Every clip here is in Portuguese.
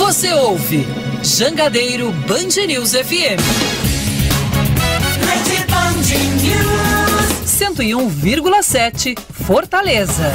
Você ouve Jangadeiro Band News FM. 101,7 Fortaleza.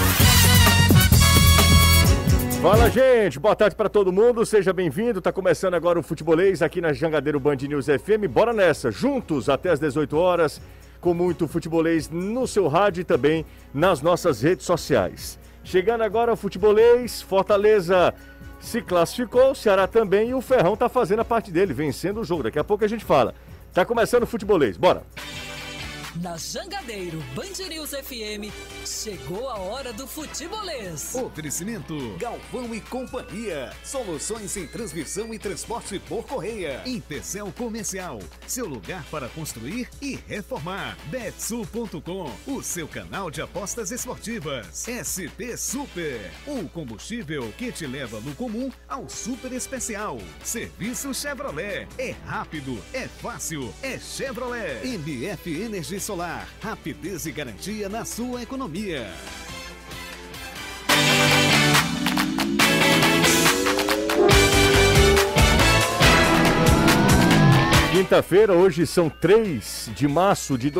Fala, gente, boa tarde para todo mundo, seja bem-vindo. Tá começando agora o Futebolês aqui na Jangadeiro Band News FM. Bora nessa, juntos até as 18 horas, com muito futebolês no seu rádio e também nas nossas redes sociais. Chegando agora o Futebolês, Fortaleza se classificou, o Ceará também, e o Ferrão tá fazendo a parte dele, vencendo o jogo. Daqui a pouco a gente fala. Tá começando o Futebolês, bora! Na Jangadeiro Band News FM, chegou a hora do futebolês. Oferecimento Galvão e Companhia. Soluções em transmissão e transporte por correia. Intercel Comercial, seu lugar para construir e reformar. Betsul.com, o seu canal de apostas esportivas. SP Super, o combustível que te leva do comum ao super especial. Serviço Chevrolet, é rápido, é fácil, é Chevrolet. MF Energia Solar, rapidez e garantia na sua economia. Quinta-feira, hoje são 3 de março de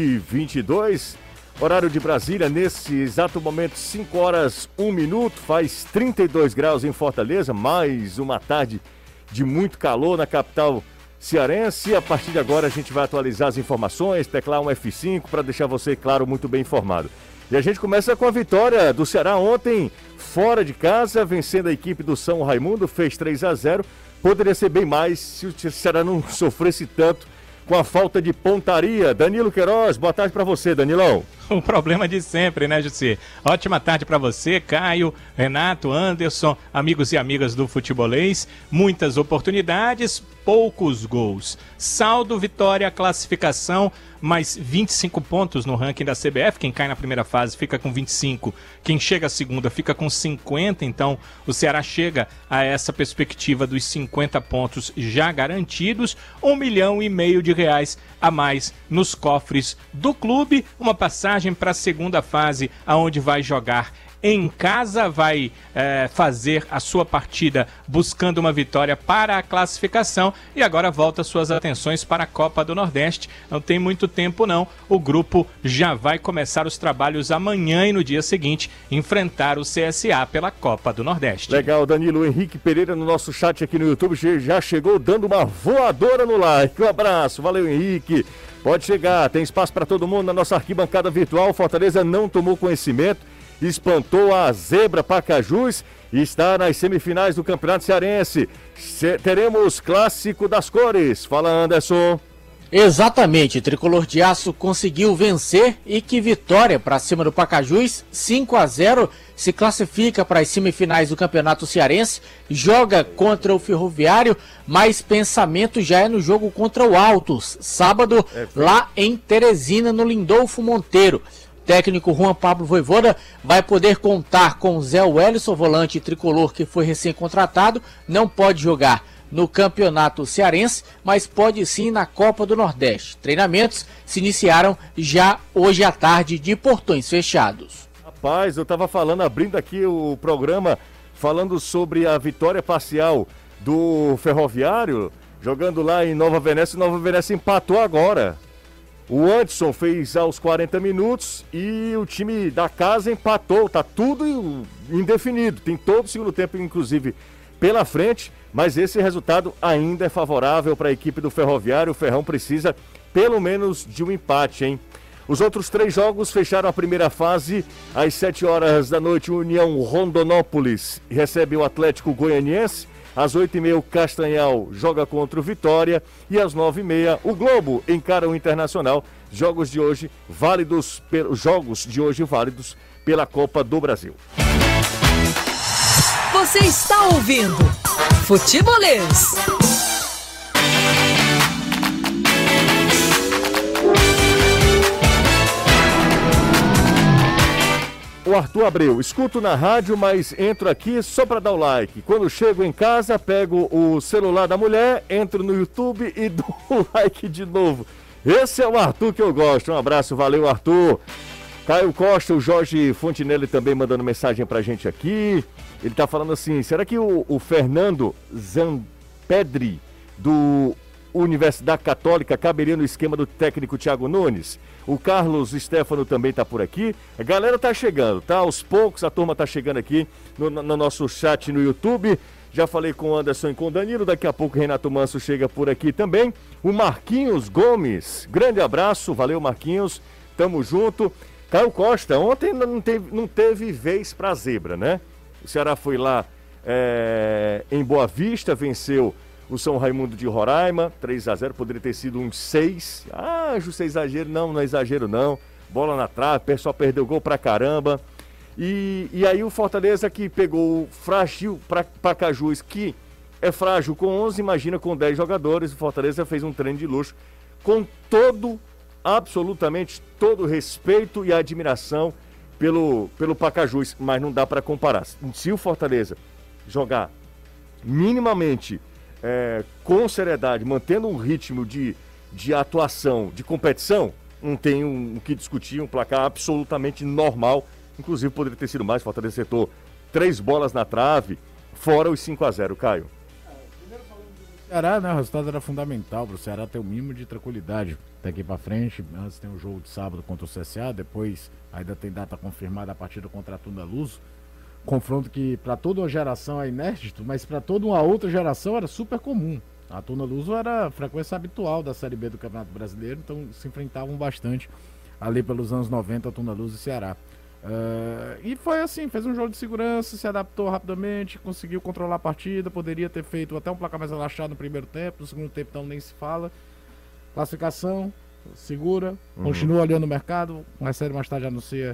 2022, horário de Brasília, nesse exato momento, 5 horas 1 minuto, faz 32 graus em Fortaleza, mais uma tarde de muito calor na capital cearense. A partir de agora a gente vai atualizar as informações, teclar um F5 para deixar você, claro, muito bem informado. E a gente começa com a vitória do Ceará ontem, fora de casa, vencendo a equipe do São Raimundo, fez 3-0. Poderia ser bem mais se o Ceará não sofresse tanto com a falta de pontaria. Danilo Queiroz, boa tarde para você, Danilão. O problema de sempre, né, Jussi? Ótima tarde para você, Caio, Renato, Anderson, amigos e amigas do Futebolês. Muitas oportunidades, poucos gols. Saldo, vitória, classificação, mais 25 pontos no ranking da CBF. Quem cai na primeira fase fica com 25. Quem chega à segunda fica com 50. Então, o Ceará chega a essa perspectiva dos 50 pontos já garantidos. R$1,5 milhão de reais a mais nos cofres do clube. Uma passagem para a segunda fase, aonde vai jogar em casa, vai fazer a sua partida buscando uma vitória para a classificação e agora volta suas atenções para a Copa do Nordeste. Não tem muito tempo não, o grupo já vai começar os trabalhos amanhã e no dia seguinte enfrentar o CSA pela Copa do Nordeste. Legal, Danilo. Henrique Pereira no nosso chat aqui no YouTube já chegou dando uma voadora no like. Um abraço, valeu, Henrique. Pode chegar, tem espaço para todo mundo na nossa arquibancada virtual. Fortaleza não tomou conhecimento, espantou a zebra Pacajus e está nas semifinais do Campeonato Cearense. Teremos Clássico das Cores. Fala, Anderson. Exatamente, Tricolor de Aço conseguiu vencer e que vitória para cima do Pacajus, 5-0, se classifica para as semifinais do Campeonato Cearense, joga contra o Ferroviário, mas pensamento já é no jogo contra o Altos, sábado, lá em Teresina, no Lindolfo Monteiro. Técnico Juan Pablo Vojvoda vai poder contar com Zé Wellison, volante tricolor que foi recém-contratado, não pode jogar no Campeonato Cearense, mas pode sim na Copa do Nordeste. Treinamentos se iniciaram já hoje à tarde de portões fechados. Rapaz, eu estava falando, abrindo aqui o programa, falando sobre a vitória parcial do Ferroviário, jogando lá em Nova Venécia. Nova Venécia empatou agora. O Anderson fez aos 40 minutos e o time da casa empatou. Tá tudo indefinido. Tem todo o segundo tempo, inclusive, pela frente. Mas esse resultado ainda é favorável para a equipe do Ferroviário. O Ferrão precisa pelo menos de um empate, hein? Os outros 3 jogos fecharam a primeira fase. Às 7 horas da noite, o União Rondonópolis recebe o Atlético Goianiense. Às 8h30, o Castanhal joga contra o Vitória. E às 9h30, o Globo encara o Internacional. Jogos de hoje válidos pela Copa do Brasil. Você está ouvindo Futebolês. O Arthur Abreu, escuto na rádio, mas entro aqui só para dar o like. Quando chego em casa, pego o celular da mulher, entro no YouTube e dou o like de novo. Esse é o Arthur que eu gosto. Um abraço, valeu, Arthur. Caio Costa, o Jorge Fontinelli também mandando mensagem pra gente aqui. Ele tá falando assim, será que o Fernando Zampedri, do Universidade Católica, caberia no esquema do técnico Thiago Nunes? O Carlos Stefano também tá por aqui. A galera tá chegando, tá? Aos poucos a turma tá chegando aqui no nosso chat no YouTube. Já falei com o Anderson e com o Danilo, daqui a pouco o Renato Manso chega por aqui também. O Marquinhos Gomes, grande abraço, valeu Marquinhos, tamo junto. Caio Costa, ontem não teve vez pra zebra, né? O Ceará foi lá em Boa Vista, venceu o São Raimundo de Roraima, 3-0, poderia ter sido um 6. Ah, José, exagero? Não é exagero não. Bola na trave, o pessoal perdeu gol pra caramba. E aí o Fortaleza que pegou o frágil Pacajus, que é frágil com 11, imagina com 10 jogadores. O Fortaleza fez um treino de luxo com absolutamente todo o respeito e admiração pelo Pacajus, mas não dá para comparar. Se o Fortaleza jogar minimamente com seriedade, mantendo um ritmo de atuação, de competição, não tem o que discutir, um placar absolutamente normal. Inclusive poderia ter sido mais, o Fortaleza acertou 3 bolas na trave, fora os 5-0, Caio. Ceará, né? O resultado era fundamental para o Ceará ter o mínimo de tranquilidade daqui para frente. Antes tem o jogo de sábado contra o CSA, depois ainda tem data confirmada a partida contra a Tuna Luso. Confronto que para toda uma geração é inédito, mas para toda uma outra geração era super comum. A Tuna Luso era frequência habitual da Série B do Campeonato Brasileiro, então se enfrentavam bastante ali pelos anos 90, a Tuna Luso e Ceará. E foi assim, fez um jogo de segurança, se adaptou rapidamente, conseguiu controlar a partida, poderia ter feito até um placar mais relaxado no primeiro tempo, no segundo tempo então nem se fala. Classificação, segura, continua olhando o mercado, mais sério mais tarde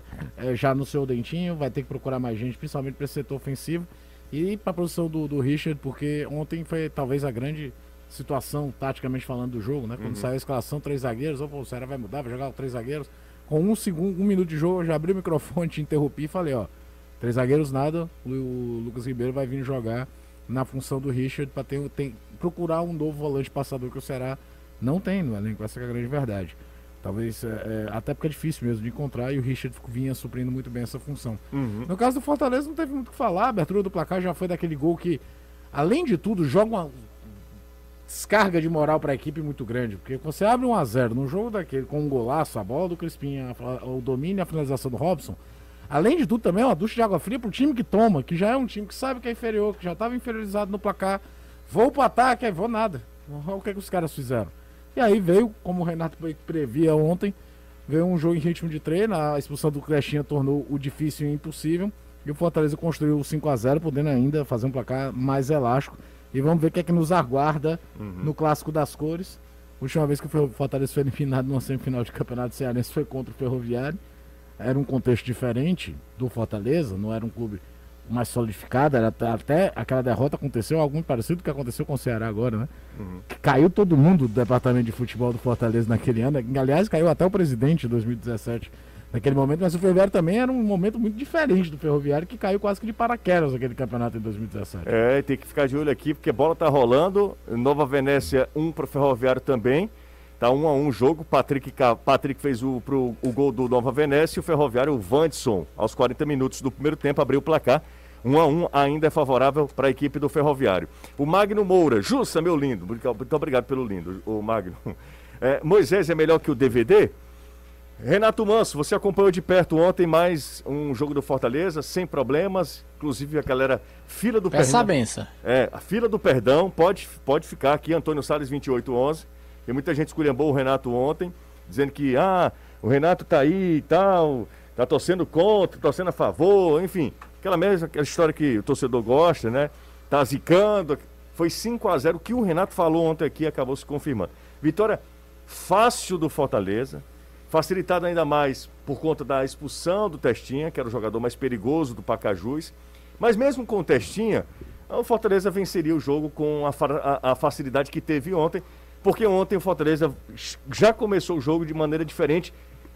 já anunciou o Dentinho, vai ter que procurar mais gente, principalmente para esse setor ofensivo e para a posição do Richard, porque ontem foi talvez a grande situação, taticamente falando, do jogo, né? Quando saiu a escalação, 3 zagueiros, o Ceará vai mudar, vai jogar 3 zagueiros. Com 1 minuto de jogo, eu já abri o microfone, te interrompi e falei, 3 zagueiros nada, o Lucas Ribeiro vai vir jogar na função do Richard para procurar um novo volante passador que o Ceará não tem no elenco, essa é a grande verdade. Talvez, até porque é difícil mesmo de encontrar, e o Richard vinha suprindo muito bem essa função. No caso do Fortaleza não teve muito o que falar, a abertura do placar já foi daquele gol que, além de tudo, joga uma descarga de moral para a equipe muito grande, porque você abre 1-0 num jogo daquele com um golaço, a bola do Crispim, o domínio e a finalização do Robson, além de tudo também é uma ducha de água fria pro time que toma, que já é um time que sabe que é inferior, que já estava inferiorizado no placar, vou pro ataque, aí vou nada. Olha o que os caras fizeram. E aí veio, como o Renato previa ontem, veio um jogo em ritmo de treino, a expulsão do Clechinha tornou o difícil e impossível, e o Fortaleza construiu o 5-0, podendo ainda fazer um placar mais elástico. E vamos ver o que é que nos aguarda no Clássico das Cores. A última vez que o Fortaleza foi eliminado numa semifinal de Campeonato Cearense foi contra o Ferroviário. Era um contexto diferente do Fortaleza, não era um clube mais solidificado. Até aquela derrota aconteceu algo muito parecido com o que aconteceu com o Ceará agora, né? Caiu todo mundo do departamento de futebol do Fortaleza naquele ano. Aliás, caiu até o presidente em 2017. Naquele momento, mas o Ferroviário também era um momento muito diferente do Ferroviário, que caiu quase que de paraquedas naquele campeonato em 2017. Tem que ficar de olho aqui, porque a bola tá rolando, Nova Venécia 1 para o Ferroviário também, tá 1-1 o jogo, Patrick fez o gol do Nova Venécia, e o Ferroviário, o Vandson, aos 40 minutos do primeiro tempo, abriu o placar, 1-1 ainda é favorável para a equipe do Ferroviário. O Magno Moura, Jussa, meu lindo, muito obrigado pelo lindo, o Magno. Moisés é melhor que o DVD? Renato Manso, você acompanhou de perto ontem mais um jogo do Fortaleza, sem problemas, inclusive a galera, fila do perdão. Essa benção. A fila do perdão, pode ficar aqui, Antônio Salles 2811, e muita gente esculhambou o Renato ontem, dizendo que, o Renato tá aí e tal, tá torcendo contra, torcendo a favor, enfim, aquela história que o torcedor gosta, né, tá zicando, foi 5-0, o que o Renato falou ontem aqui acabou se confirmando. Vitória fácil do Fortaleza, facilitado ainda mais por conta da expulsão do Testinha, que era o jogador mais perigoso do Pacajus. Mas mesmo com o Testinha, o Fortaleza venceria o jogo com a facilidade que teve ontem, porque ontem o Fortaleza já começou o jogo de maneira diferente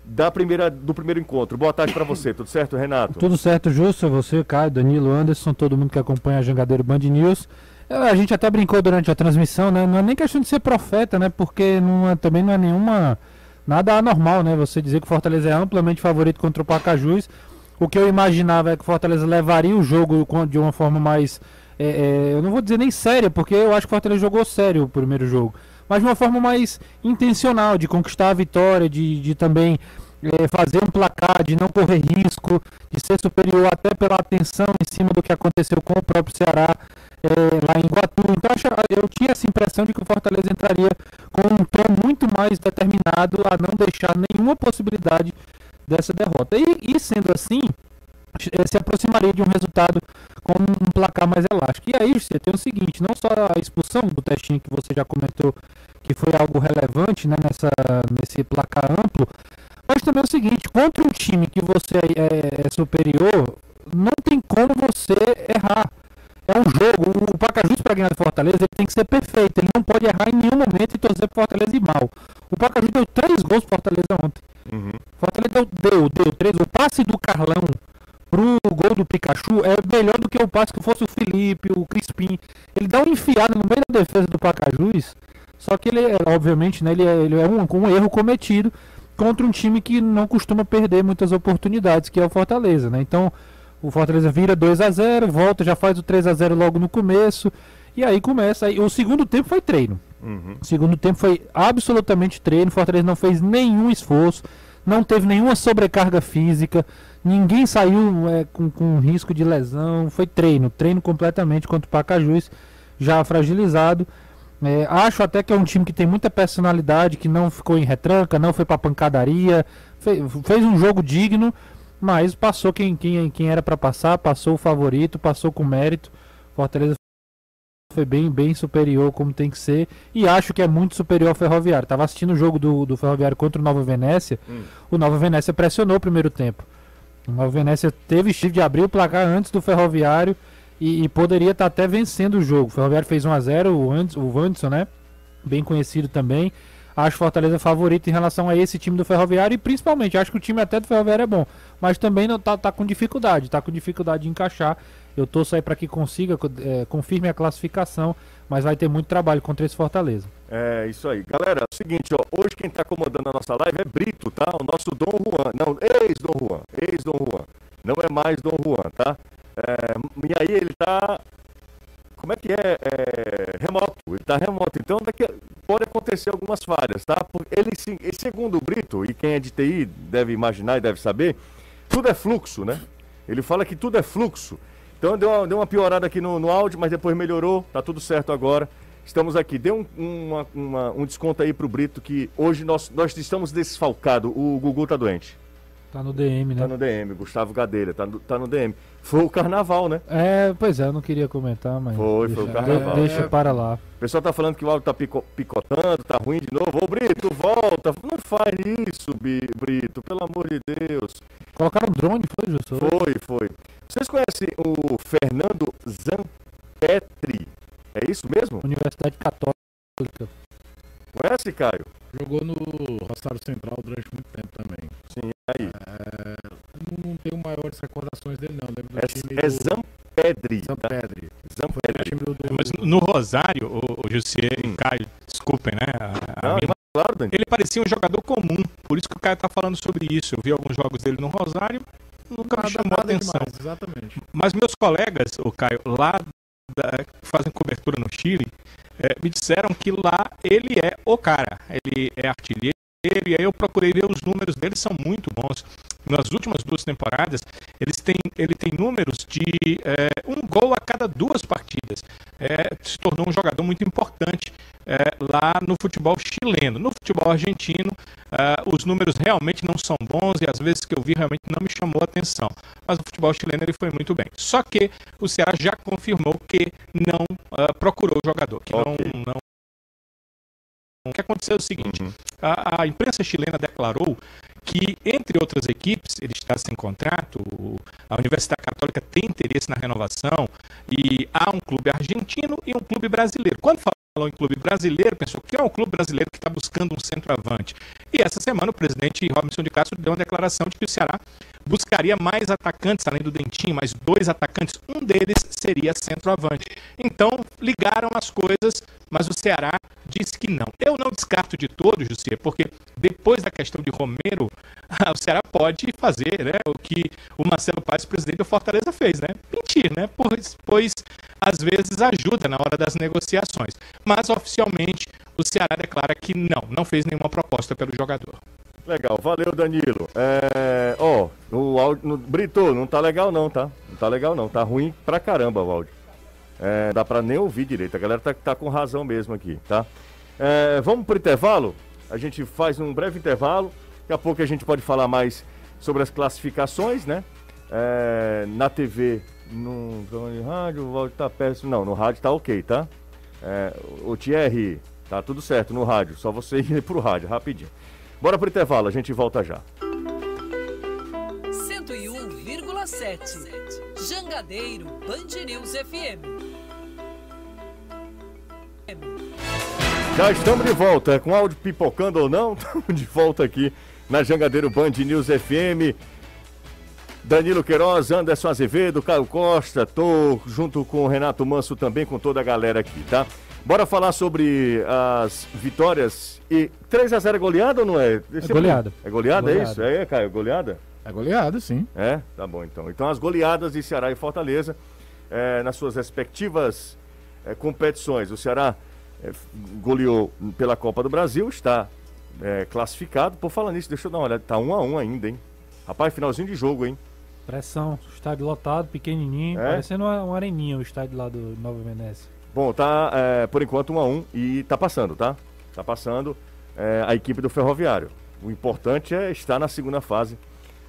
do primeiro encontro. Boa tarde para você, tudo certo, Renato? Tudo certo, Justo, você, Caio, Danilo, Anderson, todo mundo que acompanha a Jangadeiro Band News. A gente até brincou durante a transmissão, né? Não é nem questão de ser profeta, né? Porque também não é nenhuma nada anormal, né? Você dizer que o Fortaleza é amplamente favorito contra o Pacajus. O que eu imaginava é que o Fortaleza levaria o jogo de uma forma mais... eu não vou dizer nem séria, porque eu acho que o Fortaleza jogou sério o primeiro jogo. Mas de uma forma mais intencional, de conquistar a vitória, de também fazer um placar, de não correr risco, de ser superior até pela atenção em cima do que aconteceu com o próprio Ceará lá em Iguatu. Então eu tinha essa impressão de que o Fortaleza entraria com um tom muito mais determinado a não deixar nenhuma possibilidade dessa derrota. E sendo assim, se aproximaria de um resultado com um placar mais elástico. E aí você tem o seguinte, não só a expulsão do Testinho, que você já comentou que foi algo relevante, né, nesse placar amplo, mas também é o seguinte, contra um time que você é superior, não tem como você errar. É um jogo, o Pacajus para ganhar do Fortaleza, ele tem que ser perfeito, ele não pode errar em nenhum momento e torcer pro Fortaleza ir mal. O Pacajus deu 3 gols pro Fortaleza ontem. Uhum. O Fortaleza deu 3, o passe do Carlão pro gol do Pikachu é melhor do que o passe que fosse o Felipe, o Crispim. Ele dá uma enfiada no meio da defesa do Pacajus, só que ele, obviamente, né, ele é um erro cometido contra um time que não costuma perder muitas oportunidades, que é o Fortaleza, né? Então, o Fortaleza vira 2-0, volta, já faz o 3-0 logo no começo, e aí começa. O segundo tempo foi treino. Uhum. O segundo tempo foi absolutamente treino, o Fortaleza não fez nenhum esforço, não teve nenhuma sobrecarga física, ninguém saiu com risco de lesão, foi treino completamente contra o Pacajus, já fragilizado. Acho até que é um time que tem muita personalidade, que não ficou em retranca, não foi pra pancadaria, fez um jogo digno, mas passou quem era para passar, passou o favorito, passou com mérito. Fortaleza foi bem superior como tem que ser, e acho que é muito superior ao Ferroviário. Estava assistindo o jogo do Ferroviário contra o Nova Venécia. O Nova Venécia pressionou o primeiro tempo. O Nova Venécia teve chance de abrir o placar antes do Ferroviário e poderia estar até vencendo o jogo. O Ferroviário fez 1-0, o Wanderson, né? Bem conhecido também. Acho Fortaleza favorito em relação a esse time do Ferroviário, e principalmente acho que o time até do Ferroviário é bom, mas também não tá com dificuldade de encaixar. Eu torço aí para que consiga, confirme a classificação, mas vai ter muito trabalho contra esse Fortaleza. É isso aí. Galera, é o seguinte, ó, hoje quem tá comandando a nossa live é Brito, tá? O nosso Dom Juan, não, ex-Dom Juan, não é mais Dom Juan, tá? E aí ele tá, como é que remoto, ele tá remoto, então pode acontecer algumas falhas, tá? Ele, segundo o Brito, e quem é de TI deve imaginar e deve saber, tudo é fluxo, né? Ele fala que tudo é fluxo. Então deu uma piorada aqui no áudio, mas depois melhorou, tá tudo certo agora. Estamos aqui, dê um desconto aí pro Brito, que hoje nós estamos desfalcados. O Gugu tá doente. Tá no DM, né? Tá no DM, Gustavo Gadelha, tá no DM. Foi o carnaval, né? Pois é, eu não queria comentar, mas... Foi o carnaval. Deixa para lá. O pessoal tá falando que o áudio tá picotando, tá ruim de novo. Ô, Brito, volta. Não faz isso, Brito, pelo amor de Deus. Colocaram um drone, foi, Justo? Foi. Vocês conhecem o Fernando Zampetri? É isso mesmo? Universidade Católica. Conhece, Caio? Jogou no Rosário Central durante muito tempo também. Sim, aí. Não tenho maiores recordações dele, não. Lembro do time É Zampedri. Zampedri. Mas no Rosário, o José e Caio, desculpem, né? Claro, Dani. Ele parecia um jogador comum, por isso que o Caio tá falando sobre isso. Eu vi alguns jogos dele no Rosário, nunca me chamou a atenção. Demais, exatamente. Mas meus colegas, o Caio, lá que fazem cobertura no Chile, me disseram que lá ele é o cara, ele é artilheiro, e aí eu procurei ver os números dele, são muito bons. Nas últimas 2 temporadas, ele tem números de 1 gol a cada 2 partidas. Se tornou um jogador muito importante lá no futebol chileno. No futebol argentino, os números realmente não são bons, e às vezes que eu vi realmente não me chamou a atenção. Mas no futebol chileno ele foi muito bem. Só que o Ceará já confirmou que não procurou o jogador, que não. O que aconteceu é o seguinte, a imprensa chilena declarou que, entre outras equipes, ele está sem contrato, a Universidade Católica tem interesse na renovação, e há um clube argentino e um clube brasileiro. Quando falou em clube brasileiro, pensou que é um clube brasileiro que está buscando um centroavante. E essa semana o presidente Robinson de Castro deu uma declaração de que o Ceará buscaria mais atacantes, além do Dentinho, mais 2 atacantes, um deles seria centroavante. Então, ligaram as coisas mas o Ceará disse que não. Eu não descarto de todos, José, porque depois da questão de Romero, o Ceará pode fazer, né, o que o Marcelo Paes, presidente do Fortaleza, fez, né? Mentir, né? Pois às vezes ajuda na hora das negociações. Mas oficialmente o Ceará declara que não fez nenhuma proposta pelo jogador. Legal, valeu, Danilo. O áudio. Brito, não tá legal não, tá? Não tá legal não, tá ruim pra caramba o áudio. Dá pra nem ouvir direito, a galera tá com razão mesmo aqui, tá? Vamos pro intervalo? A gente faz um breve intervalo, daqui a pouco a gente pode falar mais sobre as classificações, né? Na TV, no rádio, o áudio tá péssimo. Não, no rádio tá ok, tá? O Thierry, tá tudo certo no rádio, só você ir pro rádio, rapidinho. Bora pro intervalo, a gente volta já. 101,7 Jangadeiro Band News FM. Já estamos de volta, com áudio pipocando ou não, estamos de volta aqui na Jangadeiro Band News FM. Danilo Queiroz, Anderson Azevedo, Caio Costa, tô junto com o Renato Manso também, com toda a galera aqui, tá? Bora falar sobre as vitórias e 3-0 é goleada ou não é? É goleada. É goleada, é isso? Caio, goleada? É goleada, sim. Tá bom então. Então as goleadas de Ceará e Fortaleza nas suas respectivas competições. O Ceará goleou pela Copa do Brasil, está classificado. Por falar nisso, deixa eu dar uma olhada, tá 1-1 ainda, hein? Rapaz, finalzinho de jogo, hein? Pressão, estádio lotado, pequenininho, parecendo uma areninha o estádio lá do Nova Venécia. Bom, tá por enquanto 1-1 e tá passando, tá? Tá passando a equipe do Ferroviário. O importante é estar na segunda fase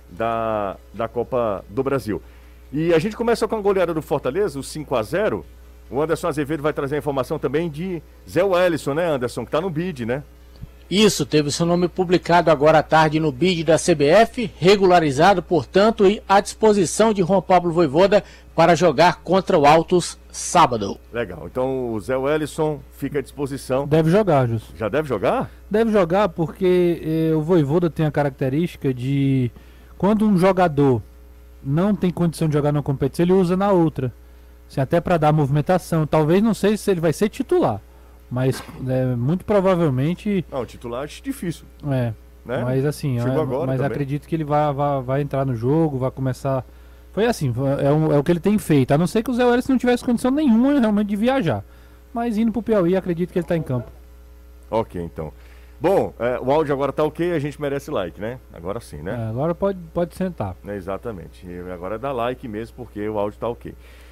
da Copa do Brasil. E a gente começa com a goleada do Fortaleza, o 5-0. O Anderson Azevedo vai trazer a informação também de Zé Wellison, né, Anderson? Que tá no BID, né? Isso, teve seu nome publicado agora à tarde no BID da CBF, regularizado, portanto, e à disposição de Juan Pablo Vojvoda para jogar contra o Altos sábado. Legal, então o Zé Wellison fica à disposição. Deve jogar, Justo. Já deve jogar? Deve jogar porque o Vojvoda tem a característica de, quando um jogador não tem condição de jogar numa competição, ele usa na outra. Assim, até para dar movimentação. Talvez, não sei se ele vai ser titular, mas muito provavelmente... Não, titular acho difícil. Né? Mas assim, mas acredito que ele vai entrar no jogo, vai começar... Foi assim, é o que ele tem feito, a não ser que o Zé Wellison não tivesse condição nenhuma realmente de viajar. Mas indo pro Piauí, acredito que ele tá em campo. Ok, então. Bom, o áudio agora tá ok, a gente merece like, né? Agora sim, né? Agora pode sentar. Exatamente, e agora dá like mesmo porque o áudio tá ok.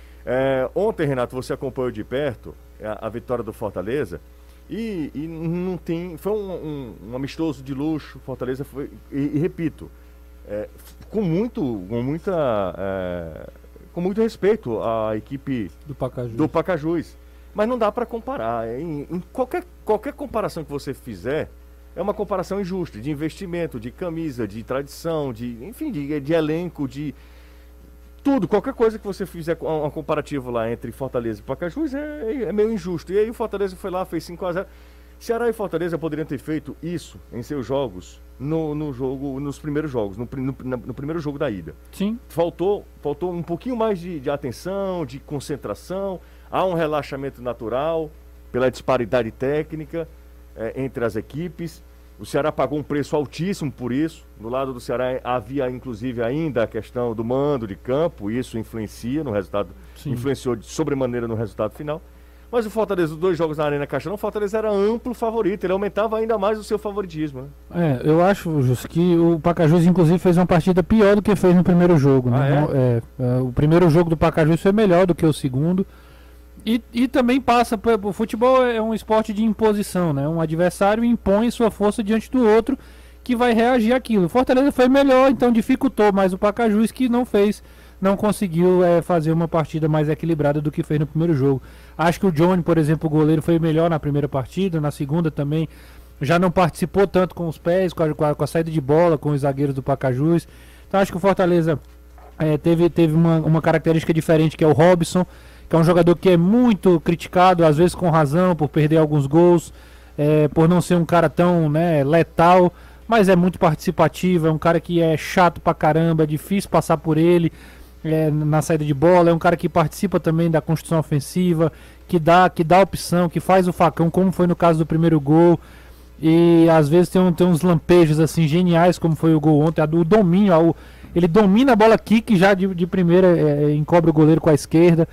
Ontem, Renato, você acompanhou de perto a vitória do Fortaleza e não tem, foi um amistoso de luxo. Fortaleza foi, e repito, com muito respeito à equipe do Pacajus, mas não dá para comparar. Em qualquer comparação que você fizer é uma comparação injusta, de investimento, de camisa, de tradição, enfim, de elenco, de tudo, qualquer coisa que você fizer um comparativo lá entre Fortaleza e Pacajus é meio injusto. E aí o Fortaleza foi lá, fez 5-0. Ceará e Fortaleza poderiam ter feito isso em seus jogos, nos primeiros jogos, no primeiro jogo da ida. Sim. Faltou um pouquinho mais de atenção, de concentração, há um relaxamento natural pela disparidade técnica entre as equipes. O Ceará pagou um preço altíssimo por isso. Do lado do Ceará havia, inclusive, ainda a questão do mando de campo. Isso influencia no resultado, influenciou de sobremaneira no resultado final. Mas o Fortaleza, os 2 jogos na Arena Castelão, o Fortaleza era amplo favorito. Ele aumentava ainda mais o seu favoritismo, né? Eu acho, Justo, que o Pacajus, inclusive, fez uma partida pior do que fez no primeiro jogo. Né? O primeiro jogo do Pacajus foi melhor do que o segundo. E também passa, o futebol é um esporte de imposição, né? Um adversário impõe sua força diante do outro que vai reagir àquilo. O Fortaleza foi melhor, então dificultou mais o Pacajus, que não conseguiu fazer uma partida mais equilibrada do que fez no primeiro jogo. Acho que o Johnny, por exemplo, o goleiro, foi melhor na primeira partida, na segunda também já não participou tanto com os pés, com a saída de bola, com os zagueiros do Pacajus. Então acho que o Fortaleza teve uma característica diferente, que é o Robson, que é um jogador que é muito criticado, às vezes com razão, por perder alguns gols, por não ser um cara tão letal, mas é muito participativo, é um cara que é chato pra caramba, é difícil passar por ele, na saída de bola, é um cara que participa também da construção ofensiva, que dá opção, que faz o facão, como foi no caso do primeiro gol. E às vezes tem uns lampejos assim geniais, como foi o gol ontem. O domínio, ele domina a bola kick já de primeira, encobre o goleiro com a esquerda.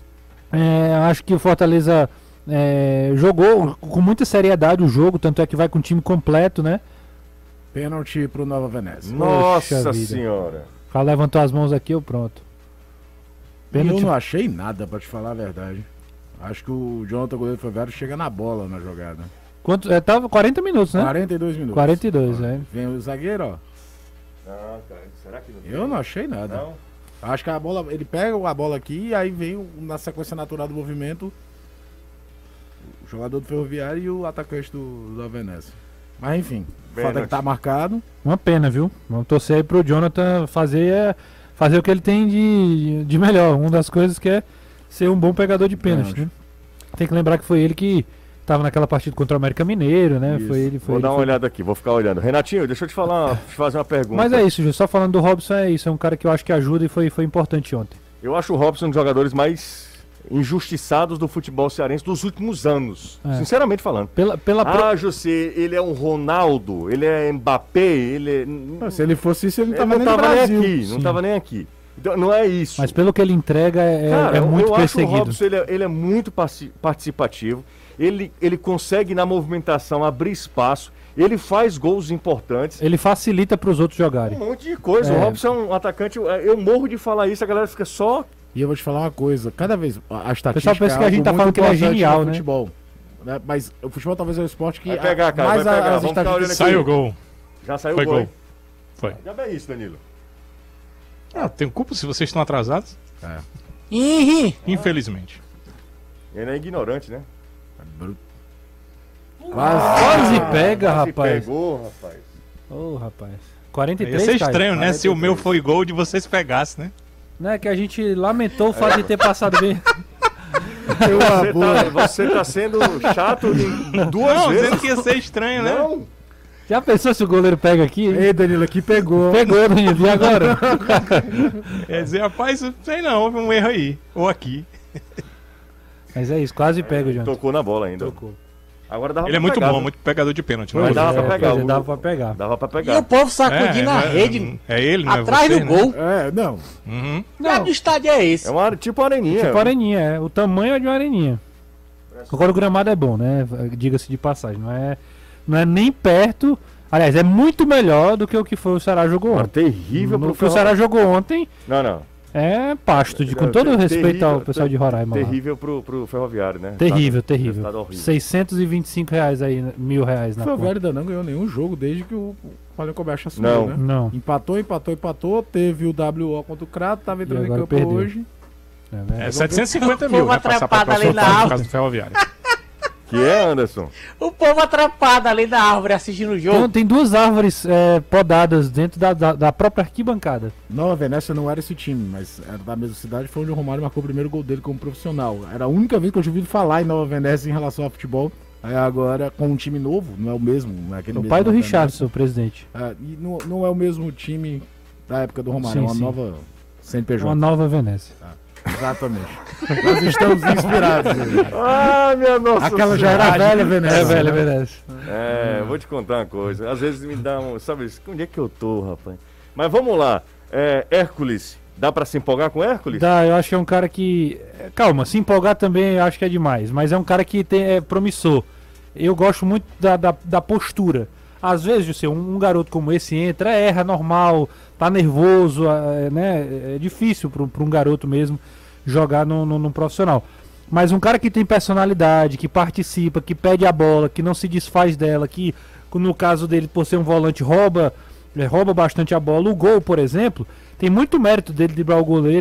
Acho que o Fortaleza jogou com muita seriedade o jogo, tanto é que vai com o time completo, né? Pênalti pro Nova Venécia. Nossa senhora. O cara levantou as mãos aqui, pronto. Pênalti. Eu não achei nada, pra te falar a verdade. Acho que o Jonathan Goleiro Ferroviário chega na bola na jogada. Quanto? Tava 40 minutos, né? 42 minutos. 42, Vem o zagueiro, ó. Ah, cara, será que não tem? Eu não achei nada. Não? Acho que a bola, ele pega a bola aqui e aí vem na sequência natural do movimento o jogador do Ferroviário e o atacante da Venécia. Mas enfim, o fato é que tá marcado. Uma pena, viu? Vamos torcer aí pro Jonathan fazer o que ele tem de melhor. Uma das coisas que é ser um bom pegador de pênalti, né? Tem que lembrar que foi ele que tava naquela partida contra o América Mineiro, né? Isso. Foi ele. Vou dar uma olhada aqui, vou ficar olhando. Renatinho, deixa eu te fazer uma pergunta. Mas é isso, Ju, só falando do Robson, é isso. É um cara que eu acho que ajuda e foi importante ontem. Eu acho o Robson um dos jogadores mais injustiçados do futebol cearense dos últimos anos. Sinceramente falando. José, ele é um Ronaldo, ele é Mbappé, ele é... Se ele fosse isso, ele não tava nem no Brasil. Nem aqui, não tava nem aqui. Então, não é isso. Mas pelo que ele entrega, Cara, muito eu perseguido. Acho o Robson, ele é muito participativo. Ele consegue, na movimentação, abrir espaço. Ele faz gols importantes. Ele facilita para os outros jogarem. Um monte de coisa. O Robson é um atacante. Eu morro de falar isso, a galera fica só... E eu vou te falar uma coisa. Cada vez... A estatística o pessoal pensa que a gente tá falando que ele é genial, né? Futebol. Mas o futebol talvez é o esporte que... Vai pegar, cara. Mais vai pegar. Vamos ficar olhando aqui. Saiu o gol. Já saiu Foi o gol. Gol. Foi. Já é isso, Danilo. Tenho culpa se vocês estão atrasados? Infelizmente. Ele é ignorante, né? Quase pega, rapaz. Pegou, rapaz. Ô, rapaz. 43, ia ser estranho, né? 43. Se o meu foi gol de vocês pegassem, né? Não é que a gente lamentou o fato de ter passado bem. Você tá sendo chato em duas vezes. Dizendo que ia ser estranho, né? Não. Já pensou se o goleiro pega aqui? Ei, Danilo, aqui pegou. Pegou, Danilo. E agora? Quer dizer, rapaz, sei não, houve um erro aí. Ou aqui. Mas é isso, quase pega, João. Tocou na bola ainda. Tocou. Agora dava Ele é pra muito pegar, bom, viu? muito pegador de pênalti. Mas dava pra pegar. Dava pra pegar. Dava pra E pegar. o povo sacudindo a rede É ele, não atrás é você, do gol. Não. Uhum. Que estádio é esse? É tipo uma areninha. Tipo areninha, o tamanho é de uma areninha. Agora o gramado é bom, né? Diga-se de passagem. Não é nem perto. Aliás, é muito melhor do que o que foi o Ceará jogou ontem. Terrível pro O que o Ceará jogou ontem Não. é pasto, com todo o respeito ao pessoal de Roraima. Terrível pro Ferroviário, né? Terrível. Resultado horrível. R$625 aí, R$1.000 na O Ferroviário ainda não ganhou nenhum jogo desde que o Paulinho Kobayashi assumiu, Não. né? Não. Empatou. Teve o WO contra o Crato, tava entrando E em agora campo perdeu. hoje. É 750 mil, Foi uma vai passar pra atrapada ali próxima na fase, no árvore. caso do Ferroviário. Que é, Anderson? O povo atrapado ali na árvore assistindo o jogo. Então, tem duas árvores podadas dentro da própria arquibancada. Nova Venécia não era esse time, mas era da mesma cidade. Foi onde o Romário marcou o primeiro gol dele como profissional. Era a única vez que eu tinha ouvido falar em Nova Venécia em relação ao futebol. Aí agora, com um time novo, não é o mesmo. Não é aquele O mesmo pai do Nova Richardson, o presidente. Venécia. E não é o mesmo time da época do Romário, Sim, é uma sim. nova CNPJ. Uma nova Venécia. Exatamente. Nós estamos inspirados. Ah, minha nossa Aquela já era velha Venécia. É velha Venécia. Vou te contar uma coisa. Às vezes me dá um... Sabe, onde é que eu tô, rapaz? Mas vamos lá. Hércules. Dá pra se empolgar com Hércules? Dá, eu acho que é um cara que... Calma, se empolgar também eu acho que é demais. Mas é um cara que é promissor. Eu gosto muito da postura. Às vezes, José, um garoto como esse entra, erra normal, tá nervoso, né? É difícil para um garoto mesmo jogar no profissional. Mas um cara que tem personalidade, que participa, que pede a bola, que não se desfaz dela, que no caso dele, por ser um volante, rouba bastante a bola. O gol, por exemplo, tem muito mérito dele driblar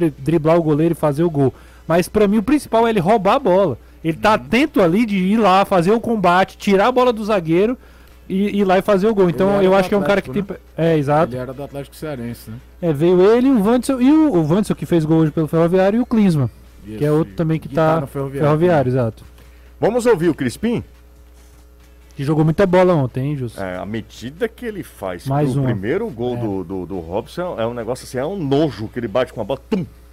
o goleiro e fazer o gol. Mas para mim o principal é ele roubar a bola. Ele tá atento ali de ir lá, fazer o combate, tirar a bola do zagueiro e ir lá e fazer o gol. Então eu acho que é um cara que tem... exato. Ele era do Atlético Cearense, né? Veio ele, o Wanderson, e o Wanderson que fez gol hoje pelo Ferroviário, e o Klinsmann, que é outro também que tá no Ferroviário, exato. Vamos ouvir o Crispim? Que jogou muita bola ontem, hein, Justo? A medida que ele faz Mais pro uma. primeiro gol do Robson é um negócio assim, é um nojo que ele bate com a bola. Tum!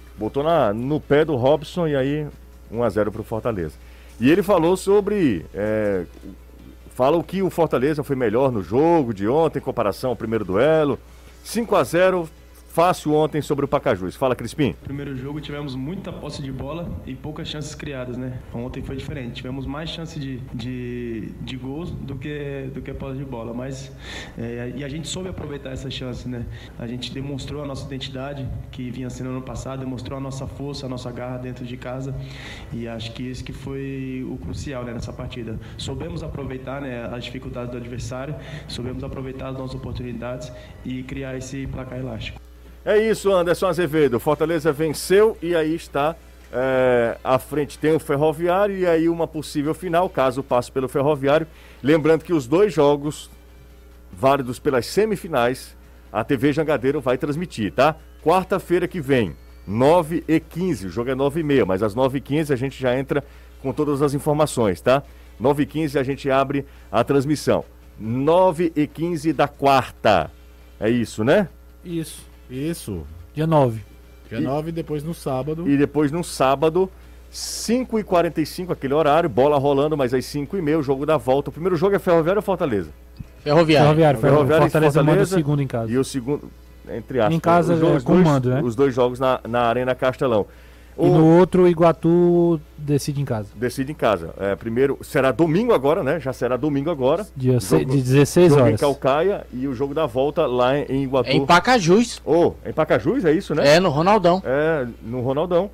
botou no pé do Robson e aí 1-0 pro Fortaleza. E ele falou sobre... fala o que o Fortaleza foi melhor no jogo de ontem, em comparação ao primeiro duelo. 5-0, fácil ontem sobre o Pacajus. Fala, Crispim. Primeiro jogo tivemos muita posse de bola e poucas chances criadas, né? Ontem foi diferente, tivemos mais chances de gols do que posse de bola, mas e a gente soube aproveitar essa chance, né? A gente demonstrou a nossa identidade, que vinha sendo ano passado, demonstrou a nossa força, a nossa garra dentro de casa, e acho que isso que foi o crucial, né, nessa partida. Soubemos aproveitar, né, as dificuldades do adversário, soubemos aproveitar as nossas oportunidades e criar esse placar elástico. É isso, Anderson Azevedo. Fortaleza venceu e aí está à frente. Tem o Ferroviário e aí uma possível final, caso passe pelo Ferroviário. Lembrando que os 2 jogos válidos pelas semifinais, a TV Jangadeiro vai transmitir, tá? Quarta-feira que vem, 9h15. O jogo é 9h30, mas às 9h15 a gente já entra com todas as informações, tá? 9h15 a gente abre a transmissão. 9h15 da quarta. É isso, né? Isso. Dia 9. Dia 9 e depois no sábado. E depois no sábado, 5h45, aquele horário, bola rolando, mas às 5h30, o jogo da volta. O primeiro jogo é Ferroviário ou Fortaleza? Ferroviário. Fortaleza manda o Fortaleza segundo em casa. E o segundo, entre aspas. Em casa com mando, né? Os 2 jogos na Arena Castelão. E no outro, o Iguatu decide em casa. Decide em casa. Primeiro, será domingo agora, né? Já será domingo agora. De 16 horas. Em Calcaia e o jogo da volta lá em Iguatu. Em Pacajus. Em Pacajus, é isso, né? No Ronaldão. No Ronaldão.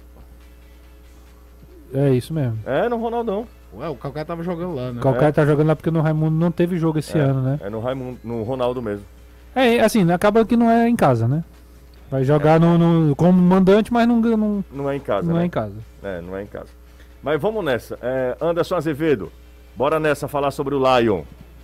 É isso mesmo. No Ronaldão. Ué, o Calcaia tava jogando lá, né? O Calcaia tá jogando lá porque no Raimundo não teve jogo esse ano, né? No Raimundo, no Ronaldo mesmo. Assim, acaba que não é em casa, né? Vai jogar como mandante, mas não é em casa. Não né? é em casa. Não é em casa. Mas vamos nessa. Anderson Azevedo, bora nessa falar sobre o Lion.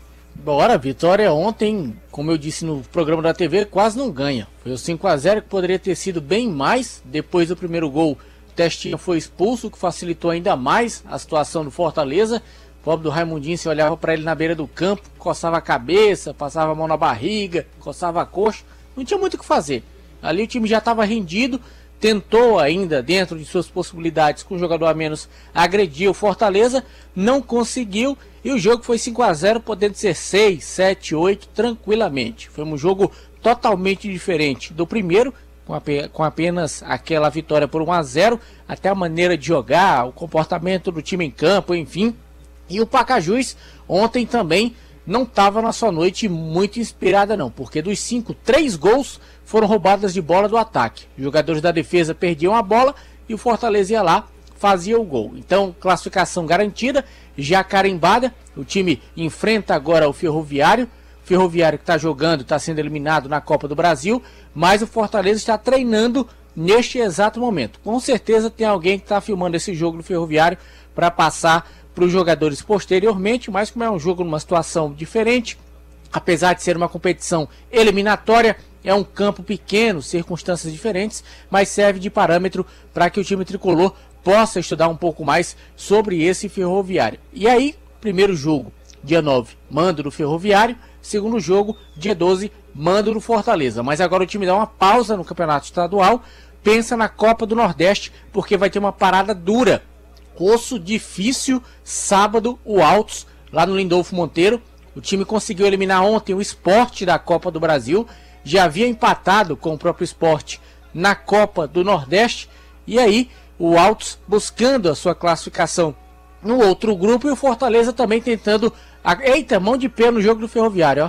Bora, vitória ontem, como eu disse no programa da TV, quase não ganha. Foi o 5-0 que poderia ter sido bem mais. Depois do primeiro gol, o Testinha foi expulso, o que facilitou ainda mais a situação do Fortaleza. O pobre do Raimundinho, se olhava para ele na beira do campo, coçava a cabeça, passava a mão na barriga, coçava a coxa. Não tinha muito o que fazer. Ali o time já estava rendido, tentou ainda, dentro de suas possibilidades, com um jogador a menos, agredir o Fortaleza, não conseguiu e o jogo foi 5-0, podendo ser 6, 7, 8, tranquilamente. Foi um jogo totalmente diferente do primeiro, com apenas aquela vitória por 1-0, até a maneira de jogar, o comportamento do time em campo, enfim. E o Pacajus ontem também não estava na sua noite muito inspirada não, porque dos 5, 3 gols foram roubadas de bola do ataque. Os jogadores da defesa perdiam a bola e o Fortaleza ia lá, fazia o gol. Então, classificação garantida, já carimbada. O time enfrenta agora o Ferroviário. O Ferroviário que está jogando, está sendo eliminado na Copa do Brasil, mas o Fortaleza está treinando neste exato momento. Com certeza tem alguém que está filmando esse jogo do Ferroviário para passar para os jogadores posteriormente, mas como é um jogo numa situação diferente, apesar de ser uma competição eliminatória, é um campo pequeno, circunstâncias diferentes, mas serve de parâmetro para que o time tricolor possa estudar um pouco mais sobre esse Ferroviário. E aí, primeiro jogo, dia 9, mando do Ferroviário, segundo jogo, dia 12, mando do Fortaleza. Mas agora o time dá uma pausa no campeonato estadual, pensa na Copa do Nordeste, porque vai ter uma parada dura. Osso difícil, sábado, o Altos, lá no Lindolfo Monteiro. O time conseguiu eliminar ontem o Sport da Copa do Brasil, já havia empatado com o próprio Sport na Copa do Nordeste, e aí o Altos buscando a sua classificação no outro grupo, e o Fortaleza também tentando... Eita, mão de pé no jogo do Ferroviário, ó.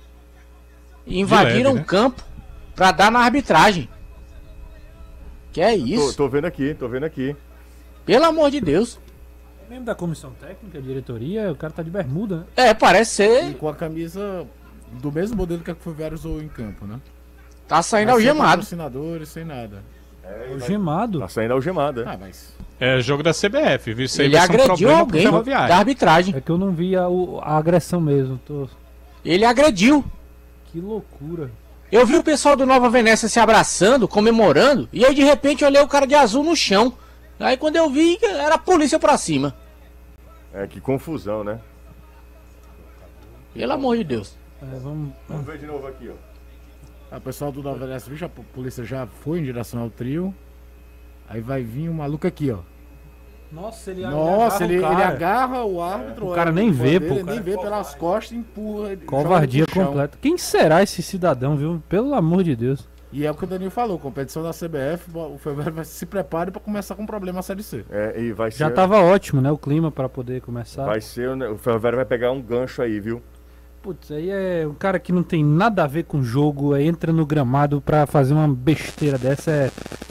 Invadiram o campo para dar na arbitragem. Que é isso? Tô vendo aqui. Pelo amor de Deus. É mesmo da comissão técnica, diretoria, o cara tá de bermuda, né? Parece ser. E com a camisa do mesmo modelo que a Ferroviário usou em campo, né? Tá saindo algemado. Sem patrocinadores, sem nada. Algemado? Tá saindo algemado, mas... É jogo da CBF, viu? Isso aí ele vai ser um agrediu problema alguém pro Ferroviário. da arbitragem. É que eu não vi a agressão mesmo. Ele agrediu. Que loucura. Eu vi o pessoal do Nova Venécia se abraçando, comemorando, e aí de repente eu olhei o cara de azul no chão. Aí quando eu vi, era a polícia pra cima. Que confusão, né? Pelo amor de Deus. Vamos ver de novo aqui, ó. O pessoal do Nova Venécia, a polícia já foi em direção ao trio. Aí vai vir um maluco aqui, ó. Nossa, ele ele agarra o árbitro. O cara nem vê, pô. Ele nem vê pelas costas e empurra. Covardia completa. Quem será esse cidadão, viu? Pelo amor de Deus. E é o que o Danilo falou, competição da CBF, o Ferroviário vai se prepare para começar com um problema na Série C. E vai ser... Já tava ótimo, né, o clima para poder começar. Vai ser, o Ferroviário vai pegar um gancho aí, viu? Putz, aí é um cara que não tem nada a ver com o jogo, entra no gramado para fazer uma besteira dessa,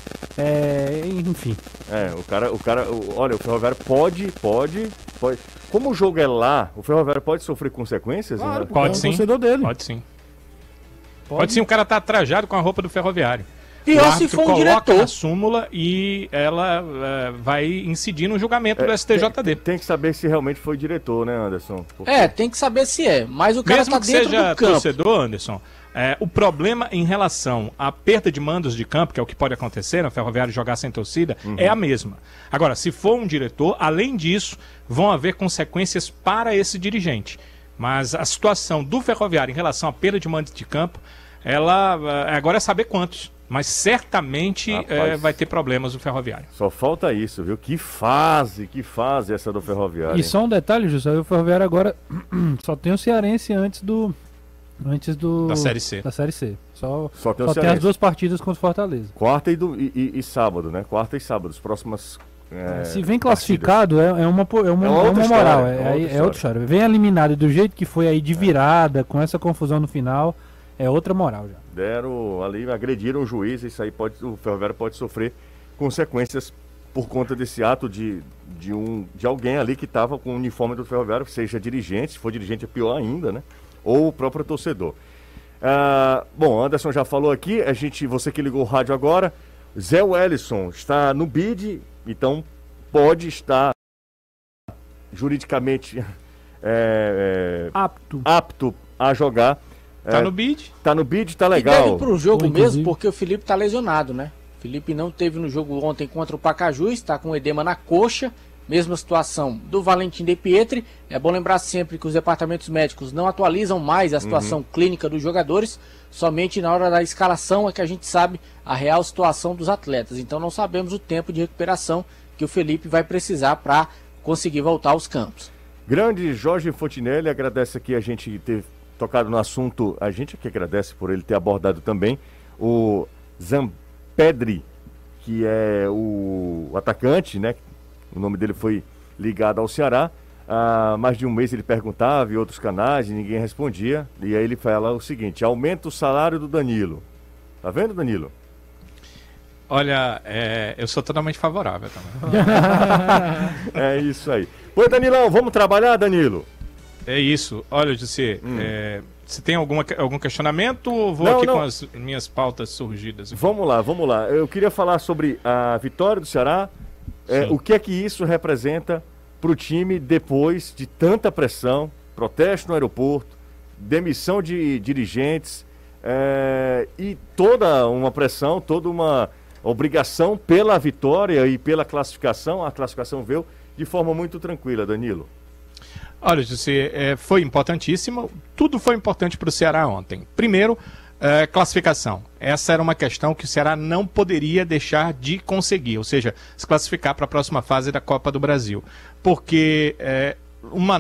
enfim. Olha, o Ferroviário pode. Como o jogo é lá, o Ferroviário pode sofrer consequências? Claro, né? Pode sim. Torcedor dele. Pode sim. Pode sim, o cara tá trajado com a roupa do Ferroviário. E O se árbitro for um coloca diretor. na súmula e ela vai incidir no julgamento do STJD. Tem que saber se realmente foi diretor, né, Anderson? Tem que saber se é, mas o cara Mesmo tá que dentro seja do campo. torcedor, Anderson, o problema em relação à perda de mandos de campo, que é o que pode acontecer no Ferroviário jogar sem torcida, é a mesma. Agora, se for um diretor, além disso, vão haver consequências para esse dirigente. Mas a situação do Ferroviário em relação à perda de mandos de campo, agora é saber quantos. Mas certamente vai ter problemas no Ferroviário. Só falta isso, viu? Que fase essa do Ferroviário. E só um detalhe, José, o Ferroviário agora só tem o Cearense antes Da Série C. Da Série C. Só tem o tem as duas partidas contra o Fortaleza. Quarta e sábado, né? Quarta e sábado, as próximas. Se vem classificado, é uma outra moral. história, É outra história. Vem eliminado do jeito que foi aí, de virada, com essa confusão no final, é outra moral já. Agrediram o juiz, isso aí o Ferroviário pode sofrer consequências por conta desse ato de alguém ali que estava com o uniforme do Ferroviário, seja dirigente, se for dirigente é pior ainda, né? Ou o próprio torcedor. Bom, Anderson já falou aqui, você que ligou o rádio agora, Zé Wellison está no BID, então pode estar juridicamente apto a jogar. Tá no BID? Tá no BID, tá E legal. deve ir pro jogo Inclusive. mesmo, porque o Felipe tá lesionado, né? O Felipe não teve no jogo ontem contra o Pacajus, tá com edema na coxa. Mesma situação do Valentim De Pietri. É bom lembrar sempre que os departamentos médicos não atualizam mais a situação clínica dos jogadores. Somente na hora da escalação é que a gente sabe a real situação dos atletas. Então não sabemos o tempo de recuperação que o Felipe vai precisar para conseguir voltar aos campos. Grande Jorge Fontinelli, agradece aqui a gente ter tocado no assunto, a gente que agradece por ele ter abordado também o Zampedri, que é o atacante, né? O nome dele foi ligado ao Ceará. Há mais de um mês ele perguntava em outros canais e ninguém respondia. E aí ele fala o seguinte: aumenta o salário do Danilo. Tá vendo, Danilo? Olha, eu sou totalmente favorável também. É isso aí. Oi, Danilão, vamos trabalhar, Danilo? É isso. Olha, José, você tem algum questionamento ou vou aqui com as minhas pautas surgidas? Vamos lá. Eu queria falar sobre a vitória do Ceará. O que é que isso representa para o time depois de tanta pressão, protesto no aeroporto, demissão de dirigentes e toda uma pressão, toda uma obrigação pela vitória e pela classificação. A classificação veio de forma muito tranquila, Danilo. Olha, José, foi importantíssimo. Tudo foi importante para o Ceará ontem. Primeiro, classificação. Essa era uma questão que o Ceará não poderia deixar de conseguir, ou seja, se classificar para a próxima fase da Copa do Brasil. Porque um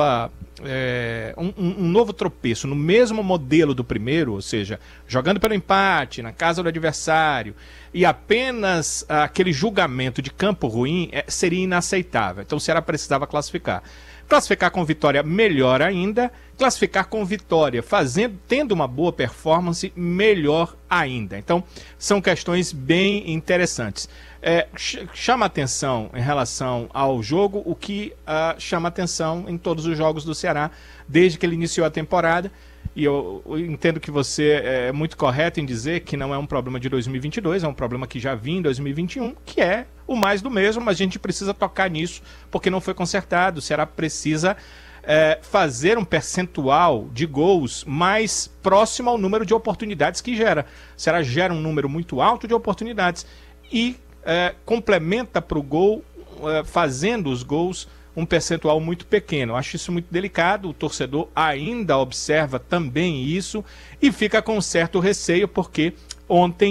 novo tropeço no mesmo modelo do primeiro, ou seja, jogando pelo empate, na casa do adversário, e apenas aquele julgamento de campo ruim seria inaceitável. Então o Ceará precisava classificar. Classificar com vitória, melhor ainda. Classificar com vitória, tendo uma boa performance, melhor ainda. Então, são questões bem interessantes. Chama atenção em relação ao jogo, o que chama atenção em todos os jogos do Ceará, desde que ele iniciou a temporada. E eu entendo que você é muito correto em dizer que não é um problema de 2022, é um problema que já vinha em 2021, que é o mais do mesmo, mas a gente precisa tocar nisso, porque não foi consertado. O Ceará precisa fazer um percentual de gols mais próximo ao número de oportunidades que gera. O Ceará gera um número muito alto de oportunidades e complementa para o gol, fazendo os gols, um percentual muito pequeno. Eu acho isso muito delicado, o torcedor ainda observa também isso e fica com um certo receio, porque ontem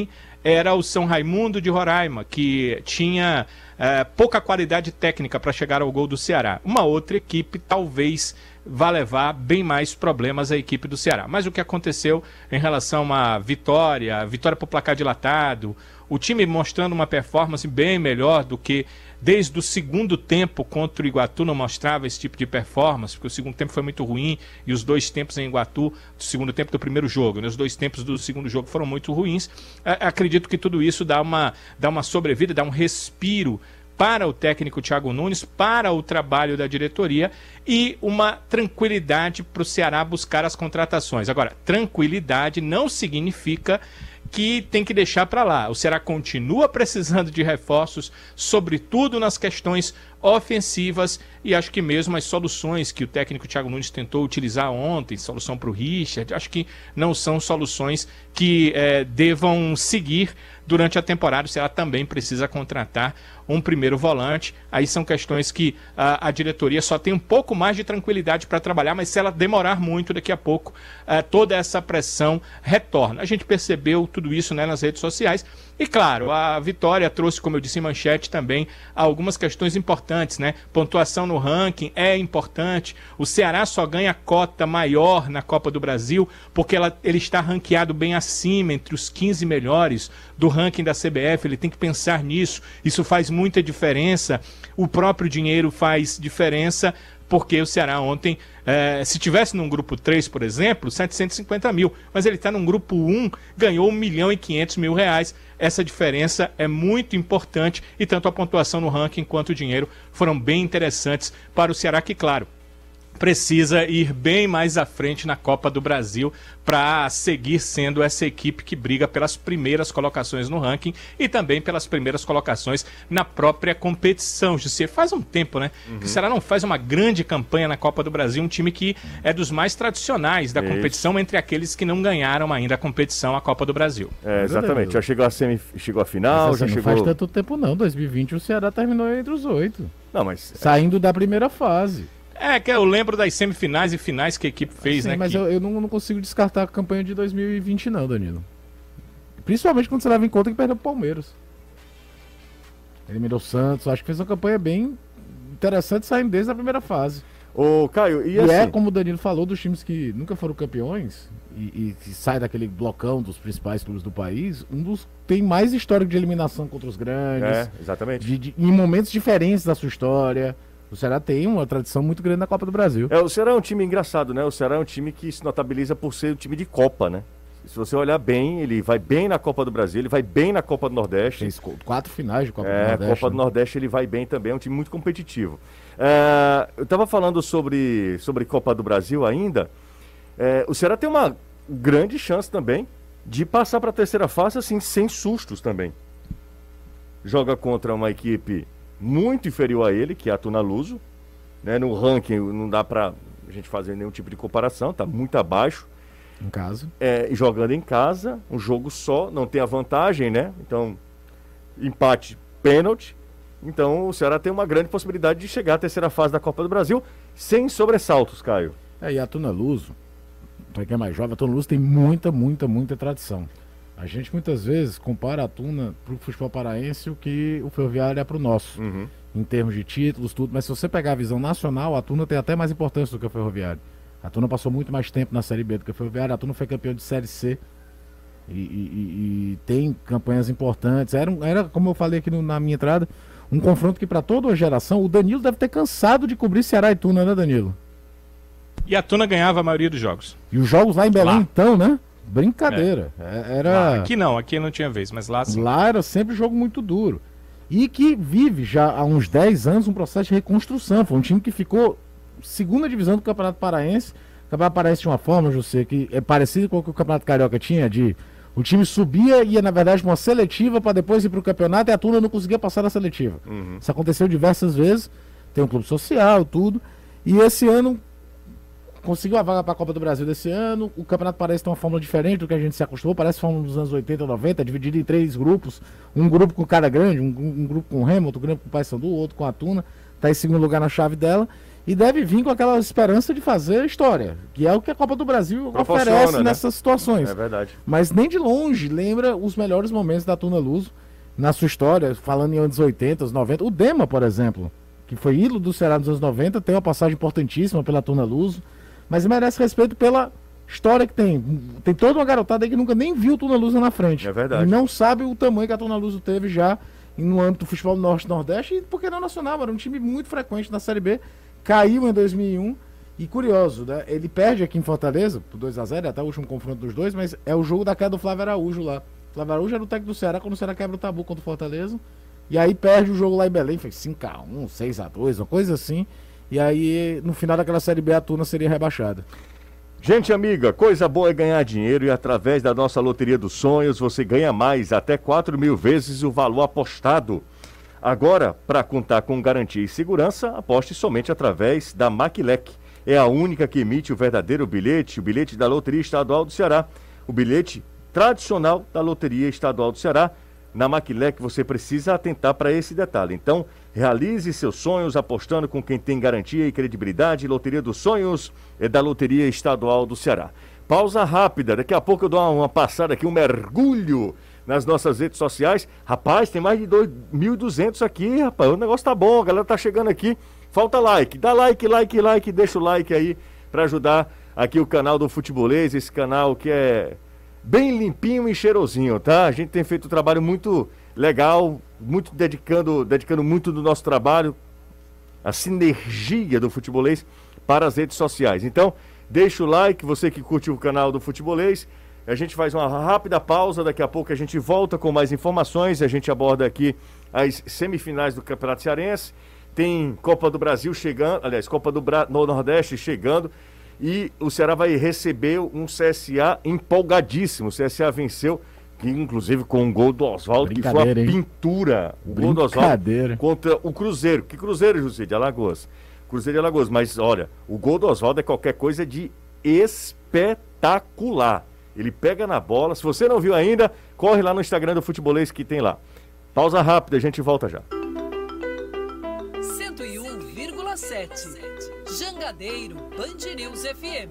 era o São Raimundo de Roraima, que tinha pouca qualidade técnica para chegar ao gol do Ceará. Uma outra equipe talvez vá levar bem mais problemas à equipe do Ceará. Mas o que aconteceu em relação à vitória por placar dilatado, o time mostrando uma performance bem melhor do que desde o segundo tempo contra o Iguatu não mostrava esse tipo de performance, porque o segundo tempo foi muito ruim e os 2 tempos em Iguatu, do segundo tempo do primeiro jogo, né, os 2 tempos do segundo jogo foram muito ruins. Acredito que tudo isso dá uma sobrevida, dá um respiro para o técnico Thiago Nunes, para o trabalho da diretoria e uma tranquilidade para o Ceará buscar as contratações. Agora, tranquilidade não significa que tem que deixar para lá. O Ceará continua precisando de reforços, sobretudo nas questões ofensivas, e acho que mesmo as soluções que o técnico Thiago Nunes tentou utilizar ontem, solução para o Richard, acho que não são soluções que devam seguir durante a temporada. O Ceará também precisa contratar um primeiro volante. Aí são questões que a diretoria só tem um pouco mais de tranquilidade para trabalhar, mas se ela demorar muito, daqui a pouco toda essa pressão retorna. A gente percebeu tudo isso, né, nas redes sociais. E claro, a vitória trouxe, como eu disse em manchete também, algumas questões importantes, né? Pontuação no ranking é importante. O Ceará só ganha cota maior na Copa do Brasil porque ele está ranqueado bem acima, entre os 15 melhores do ranking da CBF. Ele tem que pensar nisso. Isso faz muita diferença. O próprio dinheiro faz diferença, porque o Ceará ontem, se tivesse num grupo 3, por exemplo, 750 mil, mas ele está num grupo 1, ganhou R$1.500.000. Essa diferença é muito importante e tanto a pontuação no ranking quanto o dinheiro foram bem interessantes para o Ceará, que, claro, precisa ir bem mais à frente na Copa do Brasil para seguir sendo essa equipe que briga pelas primeiras colocações no ranking e também pelas primeiras colocações na própria competição. José, faz um tempo, né, que o Ceará não faz uma grande campanha na Copa do Brasil, um time que é dos mais tradicionais da competição entre aqueles que não ganharam ainda a competição, a Copa do Brasil. Exatamente, já chegou a final, mas, já não chegou... faz tanto tempo não, 2020 o Ceará terminou entre os 8. Não, mas... Saindo da primeira fase. Que eu lembro das semifinais e finais que a equipe fez, né? Mas eu não consigo descartar a campanha de 2020 não, Danilo. Principalmente quando você leva em conta que perdeu o Palmeiras. Eliminou o Santos, acho que fez uma campanha bem interessante saindo desde a primeira fase. Ô, Caio, e assim... assim... como o Danilo falou, dos times que nunca foram campeões e sai daquele blocão dos principais clubes do país, um dos tem mais histórico de eliminação contra os grandes. Exatamente. Em momentos diferentes da sua história. O Ceará tem uma tradição muito grande na Copa do Brasil. O Ceará é um time engraçado, né? O Ceará é um time que se notabiliza por ser um time de Copa, né? Se você olhar bem, ele vai bem na Copa do Brasil, ele vai bem na Copa do Nordeste. Tem 4 finais de Copa do Nordeste. Copa do Nordeste ele vai bem também, é um time muito competitivo. Eu estava falando sobre Copa do Brasil ainda. O Ceará tem uma grande chance também de passar para a terceira fase, assim, sem sustos também. Joga contra uma equipe muito inferior a ele, que é a Tuna Luso, né? No ranking não dá pra gente fazer nenhum tipo de comparação, tá muito abaixo. Em casa. Jogando em casa, um jogo só, não tem a vantagem, né? Então, empate, pênalti. Então, o Ceará tem uma grande possibilidade de chegar à terceira fase da Copa do Brasil sem sobressaltos, Caio. E a Tuna Luso, para quem é mais jovem, a Tuna Luso tem muita tradição. A gente muitas vezes compara a Tuna pro futebol paraense o que o Ferroviário é pro nosso, em termos de títulos, tudo. Mas se você pegar a visão nacional, a Tuna tem até mais importância do que o Ferroviário. A Tuna passou muito mais tempo na Série B do que o Ferroviário. A Tuna foi campeão de Série C e tem campanhas importantes. Era, como eu falei aqui na minha entrada, um confronto que para toda a geração, o Danilo deve ter cansado de cobrir Ceará e Tuna, né, Danilo? E a Tuna ganhava a maioria dos jogos. E os jogos lá em Belém, então, né? Brincadeira. Era... Aqui não tinha vez, mas lá sim. Lá era sempre jogo muito duro. E que vive já há uns 10 anos um processo de reconstrução. Foi um time que ficou segunda divisão do Campeonato Paraense. O Campeonato Paraense tinha uma forma, José, que é parecido com o que o Campeonato Carioca tinha, o time subia e ia, na verdade, uma seletiva para depois ir para o campeonato e a Tuna não conseguia passar na seletiva. Isso aconteceu diversas vezes. Tem um clube social, tudo. E esse ano conseguiu a vaga para a Copa do Brasil desse ano. O Campeonato Paraense tem uma fórmula diferente do que a gente se acostumou. Parece fórmula dos anos 80 e 90, dividido em 3 grupos. Um grupo com cada grande, um grupo com o Hamilton, outro grupo com o Paysandu, outro com a Tuna. Está em segundo lugar na chave dela. e deve vir com aquela esperança de fazer história, que é o que a Copa do Brasil oferece, né, nessas situações. É verdade. Mas nem de longe lembra os melhores momentos da Tuna Luso na sua história, falando em anos 80, os 90. O Dema, por exemplo, que foi ídolo do Ceará nos anos 90, tem uma passagem importantíssima pela Tuna Luso, mas merece respeito pela história que tem. Tem toda uma garotada aí que nunca nem viu Tuna Luso na frente. É verdade. E não sabe o tamanho que a Tuna Luso teve já no âmbito do futebol norte-nordeste, e porque não nacional, era um time muito frequente na Série B, caiu em 2001, e curioso, né? Ele perde aqui em Fortaleza, por 2-0, até o último confronto dos dois, mas é o jogo da queda do Flávio Araújo lá. O Flávio Araújo era o técnico do Ceará quando o Ceará quebra o tabu contra o Fortaleza, e aí perde o jogo lá em Belém, foi 5-1, 6-2, uma coisa assim, e aí no final daquela Série B a Tuna seria rebaixada. Gente amiga, coisa boa é ganhar dinheiro, e através da nossa Loteria dos Sonhos você ganha mais, até 4.000 vezes o valor apostado. Agora, para contar com garantia e segurança, aposte somente através da Maquilec. É a única que emite o verdadeiro bilhete, o bilhete da Loteria Estadual do Ceará, o bilhete tradicional da Loteria Estadual do Ceará. Na Maquilec você precisa atentar para esse detalhe. Então, realize seus sonhos apostando com quem tem garantia e credibilidade. Loteria dos Sonhos é da Loteria Estadual do Ceará. Pausa rápida, daqui a pouco eu dou uma passada aqui, um mergulho nas nossas redes sociais. Rapaz, tem mais de 2.200 aqui, rapaz, o negócio tá bom, a galera tá chegando aqui. Falta like, dá like, deixa o like aí para ajudar aqui o canal do Futebolês, esse canal que é bem limpinho e cheirosinho, tá? A gente tem feito um trabalho muito legal, muito dedicando muito do nosso trabalho, a sinergia do Futebolês para as redes sociais. Então, deixa o like, você que curte o canal do Futebolês. A gente faz uma rápida pausa, daqui a pouco a gente volta com mais informações, a gente aborda aqui as semifinais do Campeonato Cearense, tem Copa do Brasil chegando, aliás, Copa do Nordeste chegando, e o Ceará vai receber um CSA empolgadíssimo. O CSA venceu, que inclusive com um gol do Oswaldo, que foi uma pintura. O gol do Oswaldo contra o Cruzeiro. Que Cruzeiro, José, de Alagoas? Cruzeiro de Alagoas. Mas olha, o gol do Oswaldo é qualquer coisa de espetacular. Ele pega na bola. Se você não viu ainda, corre lá no Instagram do Futebolês que tem lá. Pausa rápida, a gente volta já. 101,7 Jangadeiro, Band News FM.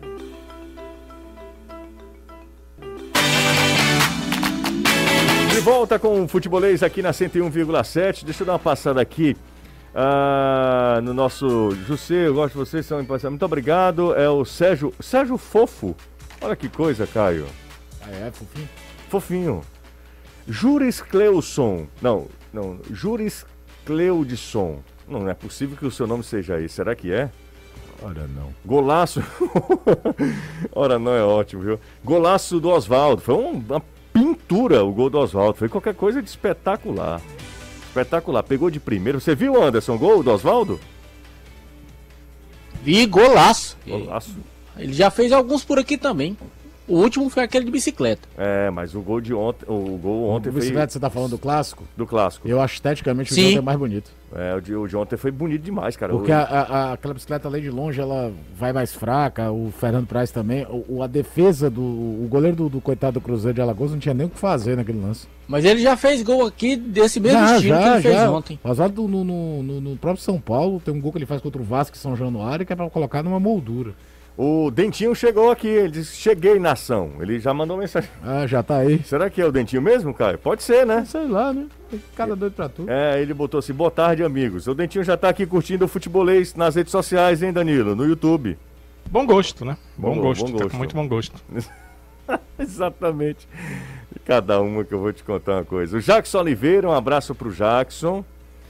De volta com o Futebolês aqui na 101,7. Deixa eu dar uma passada aqui no nosso José, eu gosto de vocês, são imparciais. Muito obrigado. É o Sérgio Fofo. Olha que coisa, Caio. Ah, é? Fofinho? Fofinho. Juris Cleudson. Não, Juris Cleudson. Não é possível que o seu nome seja esse. Será que é? Ora não. Golaço. Ora não, é ótimo, viu? Golaço do Oswaldo. Foi uma pintura o gol do Oswaldo. Foi qualquer coisa de espetacular. Espetacular. Pegou de primeiro. Você viu, Anderson, o gol do Oswaldo? Vi, golaço. Golaço. Ele já fez alguns por aqui também. O último foi aquele de bicicleta. É, mas o gol de ontem. O gol ontem foi. Bicicleta, você tá falando do clássico? Do clássico. Eu acho esteticamente o de ontem é mais bonito. É, o de ontem foi bonito demais, cara. Porque aquela bicicleta além de longe, ela vai mais fraca. O Fernando Praz também. A defesa o goleiro do coitado do Cruzeiro de Alagoas não tinha nem o que fazer naquele lance. Mas ele já fez gol aqui desse mesmo estilo que ele fez ontem. O Oswaldo no próprio São Paulo tem um gol que ele faz contra o Vasco em São Januário que é pra colocar numa moldura. O Dentinho chegou aqui, ele disse, cheguei na ação. Ele já mandou mensagem. Ah, já tá aí. Será que é o Dentinho mesmo, Caio? Pode ser, né? Sei lá, né? Cada doido pra tudo. É, ele botou assim, boa tarde, amigos. O Dentinho já tá aqui curtindo o Futebolês nas redes sociais, hein, Danilo? No YouTube. Bom gosto, né? Bom gosto. Tá com muito bom gosto. Exatamente. E cada uma que eu vou te contar uma coisa. O Jackson Oliveira, um abraço pro Jackson.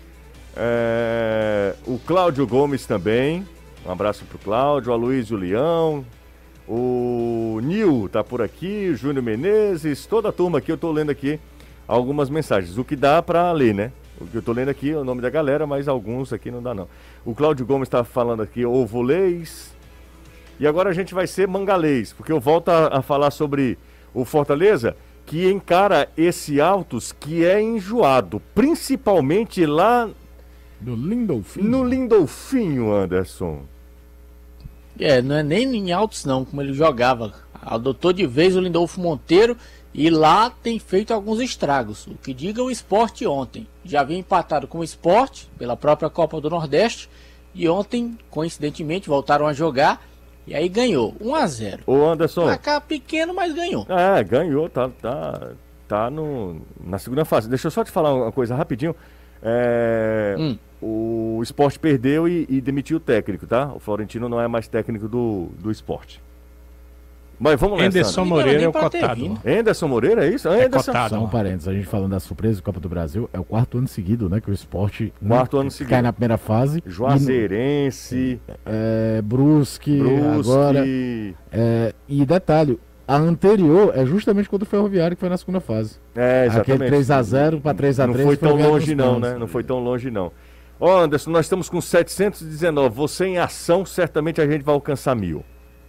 O Cláudio Gomes também. Um abraço pro Cláudio, o Aloysio Leão, o Nil tá por aqui, o Júnior Menezes, toda a turma aqui, eu tô lendo aqui algumas mensagens. O que dá pra ler, né? O que eu tô lendo aqui é o nome da galera, mas alguns aqui não dá não. O Cláudio Gomes tá falando aqui, ovolês. E agora a gente vai ser mangalês, porque eu volto a falar sobre o Fortaleza, que encara esse Altos que é enjoado, principalmente lá no Lindolfinho. No Lindolfinho, Anderson. Não é nem em Altos não, como ele jogava. Adotou de vez o Lindolfo Monteiro e lá tem feito alguns estragos. O que diga o Sport ontem. Já havia empatado com o Sport pela própria Copa do Nordeste e ontem, coincidentemente, voltaram a jogar e aí ganhou 1-0. Ô Anderson. Placar pequeno, mas ganhou. Ganhou, tá na segunda fase. Deixa eu só te falar uma coisa rapidinho. O Sport perdeu e demitiu o técnico, tá? O Florentino não é mais técnico do Sport. Mas vamos lá, Anderson Moreira é o cotado. Anderson Moreira, é isso? Anderson. Só um parênteses, a gente falando da surpresa do Copa do Brasil, é o 4º ano seguido, né? Que o Sport cai na primeira fase. Juazeirense. Brusque, agora. E detalhe, a anterior é justamente contra o Ferroviário, que foi na segunda fase. Exatamente. Aquele 3-0 para 3-3. Não foi tão longe não, né? Não foi tão longe não. Ó, Anderson, nós estamos com 719. Você em ação, certamente a gente vai alcançar 1000.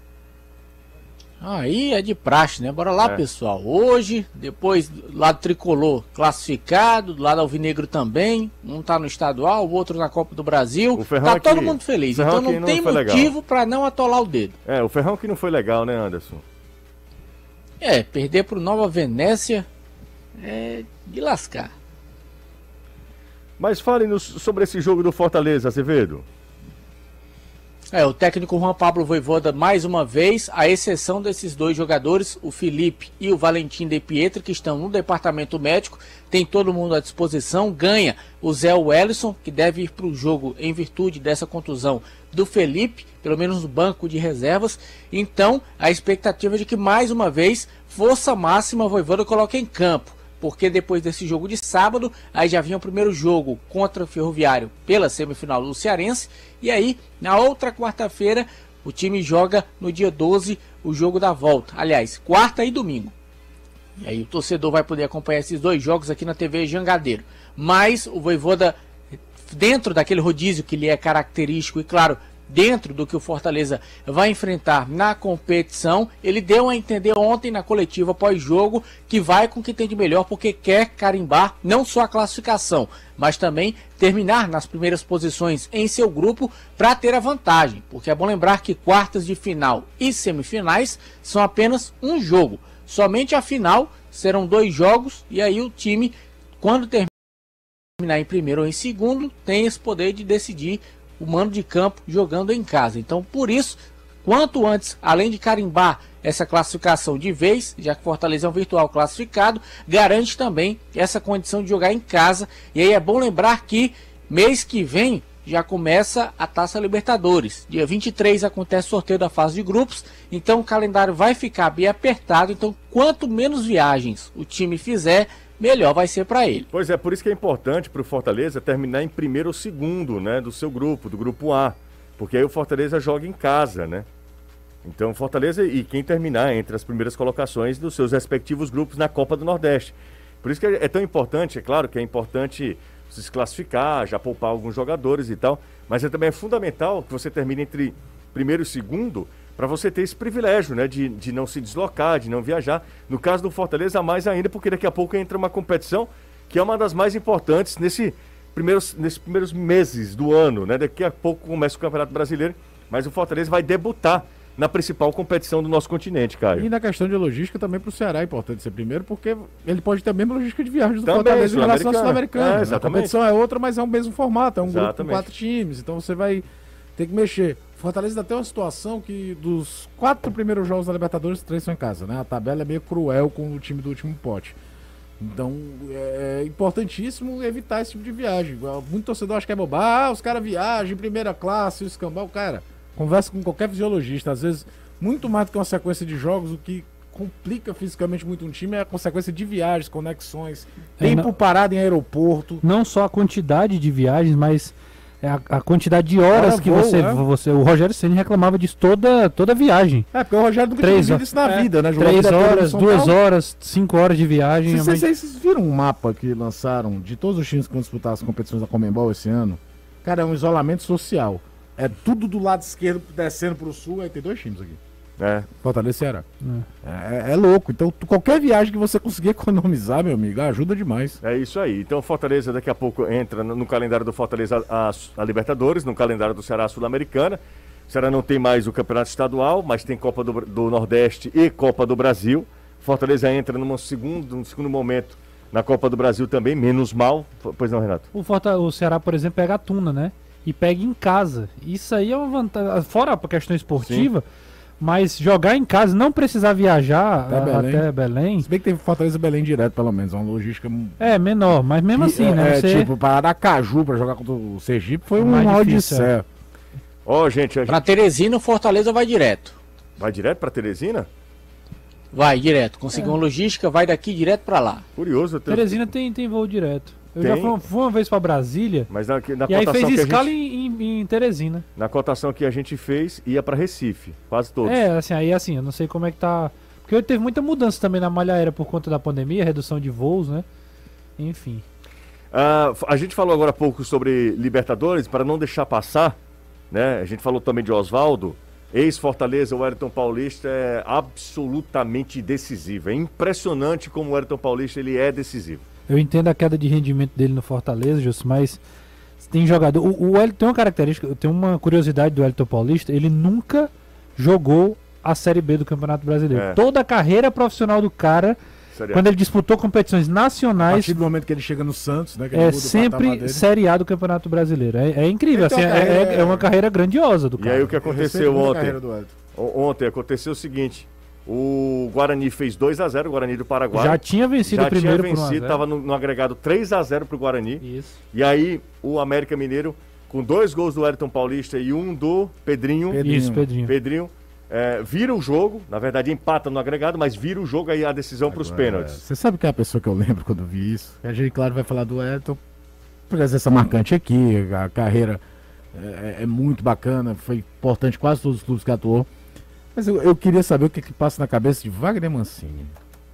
Aí é de praxe, né? Bora lá, pessoal. Hoje, depois, do lado tricolor classificado, do lado alvinegro também. Um tá no estadual, o outro na Copa do Brasil. Tá todo mundo feliz. Então não tem motivo para não atolar o dedo. O Ferrão que não foi legal, né, Anderson? Perder pro Nova Venécia é de lascar. Mas fale-nos sobre esse jogo do Fortaleza, Azevedo. O técnico Juan Pablo Vojvoda, mais uma vez, à exceção desses dois jogadores, o Felipe e o Valentim De Pietri, que estão no departamento médico, tem todo mundo à disposição, ganha o Zé Wellison, que deve ir para o jogo em virtude dessa contusão do Felipe, pelo menos no banco de reservas. Então, a expectativa é de que, mais uma vez, força máxima, Vojvoda coloque em campo, porque depois desse jogo de sábado, aí já vinha o primeiro jogo contra o Ferroviário pela semifinal do Cearense, e aí, na outra quarta-feira, o time joga no dia 12 o jogo da volta, aliás, quarta e domingo. E aí o torcedor vai poder acompanhar esses dois jogos aqui na TV Jangadeiro. Mas o Vojvoda, dentro daquele rodízio que lhe é característico e, claro, dentro do que o Fortaleza vai enfrentar na competição, ele deu a entender ontem na coletiva pós-jogo que vai com o que tem de melhor, porque quer carimbar não só a classificação, mas também terminar nas primeiras posições em seu grupo para ter a vantagem, porque é bom lembrar que quartas de final e semifinais são apenas um jogo, somente a final serão 2 jogos, e aí o time, quando terminar em primeiro ou em segundo, tem esse poder de decidir o mando de campo jogando em casa. Então, por isso, quanto antes, além de carimbar essa classificação de vez, já que Fortaleza é um virtual classificado, garante também essa condição de jogar em casa. E aí é bom lembrar que mês que vem já começa a Taça Libertadores. Dia 23 acontece o sorteio da fase de grupos, então o calendário vai ficar bem apertado. Então, quanto menos viagens o time fizer, melhor vai ser para ele. Pois é, por isso que é importante para o Fortaleza terminar em primeiro ou segundo, né, do seu grupo, do grupo A, porque aí o Fortaleza joga em casa, né? Então o Fortaleza e quem terminar entre as primeiras colocações dos seus respectivos grupos na Copa do Nordeste. Por isso que é tão importante, é claro que é importante se classificar, já poupar alguns jogadores e tal, mas também é fundamental que você termine entre primeiro e segundo, para você ter esse privilégio, né, de não se deslocar, de não viajar. No caso do Fortaleza, mais ainda, porque daqui a pouco entra uma competição que é uma das mais importantes nesses primeiros meses do ano, né? Daqui a pouco começa o Campeonato Brasileiro, mas o Fortaleza vai debutar na principal competição do nosso continente, Caio. E na questão de logística também para o Ceará é importante ser primeiro, porque ele pode ter a mesma logística de viagem do Fortaleza em relação ao Sul-Americano. A competição é outra, mas é o mesmo formato, é um grupo com 4 times, então você vai ter que mexer. Fortaleza ainda tem uma situação que dos 4 primeiros jogos da Libertadores, 3 são em casa, né? A tabela é meio cruel com o time do último pote. Então é importantíssimo evitar esse tipo de viagem. Muito torcedor acha que é bobagem, os caras viajam em primeira classe, o escambau. Cara, conversa com qualquer fisiologista. Às vezes, muito mais do que uma sequência de jogos, o que complica fisicamente muito um time é a consequência de viagens, conexões, tempo parado em aeroporto. Não só a quantidade de viagens, mas a quantidade de horas que você... O Rogério Ceni reclamava disso toda viagem. Porque o Rogério nunca tinha vivido isso na vida, né? 3 horas, 2 horas, 5 horas de viagem. Vocês viram um mapa que lançaram de todos os times que vão disputar as competições da Conmebol esse ano? Cara, é um isolamento social. É tudo do lado esquerdo, descendo pro sul, aí tem 2 times aqui. Fortaleza e Ceará. É louco. Então, qualquer viagem que você conseguir economizar, meu amigo, ajuda demais. É isso aí. Então, Fortaleza daqui a pouco entra no calendário do Fortaleza a Libertadores, no calendário do Ceará a Sul-Americana. O Ceará não tem mais o Campeonato Estadual, mas tem Copa do Nordeste e Copa do Brasil. Fortaleza entra num segundo momento na Copa do Brasil também, menos mal. Pois não, Renato? O Ceará, por exemplo, pega a Tuna, né? e pega em casa. Isso aí é uma vantagem, fora a questão esportiva, mas jogar em casa, não precisar viajar até Belém. Se bem que tem Fortaleza Belém direto, pelo menos, uma logística... menor, mas mesmo assim, né? Tipo, para Aracaju pra jogar contra o Sergipe foi uma odisseia. Ó, gente... Pra Teresina, o Fortaleza vai direto. Vai direto pra Teresina? Vai direto, conseguiu uma logística, vai daqui direto pra lá. Curioso. Teresina tem voo direto. Eu já fui uma vez pra Brasília, mas na e aí fez escala em Teresina. Na cotação que a gente fez, ia pra Recife, quase todos. Eu não sei como é que tá... Porque teve muita mudança também na malha aérea por conta da pandemia, redução de voos, né? Enfim. A gente falou agora há pouco sobre Libertadores, para não deixar passar, né? A gente falou também de Oswaldo, ex-Fortaleza, o Wellington Paulista é absolutamente decisivo. É impressionante como o Wellington Paulista ele é decisivo. Eu entendo a queda de rendimento dele no Fortaleza, Justo, mas tem jogador... O Wellington tem uma característica, tem uma curiosidade do Wellington Paulista, ele nunca jogou a Série B do Campeonato Brasileiro. Toda a carreira profissional do cara, quando ele disputou competições nacionais... A partir do momento que ele chega no Santos, né? Que é sempre Série A do Campeonato Brasileiro. É incrível, então, é uma carreira grandiosa do cara. E aí o que aconteceu ontem? Ontem aconteceu o seguinte... O Guarani fez 2-0, o Guarani do Paraguai. Já tinha vencido o primeiro por 1-0. Estava no agregado 3-0 pro Guarani. Isso. E aí o América Mineiro, com 2 gols do Wellington Paulista e 1 do Pedrinho. Pedrinho. Vira o jogo, na verdade empata no agregado, mas vira o jogo aí a decisão para os pênaltis. Você sabe que é a pessoa que eu lembro quando vi isso? A gente, claro, vai falar do Wellington, por essa marcante aqui, a carreira é muito bacana, foi importante quase todos os clubes que atuou. Mas eu queria saber o que passa na cabeça de Wagner Mancini.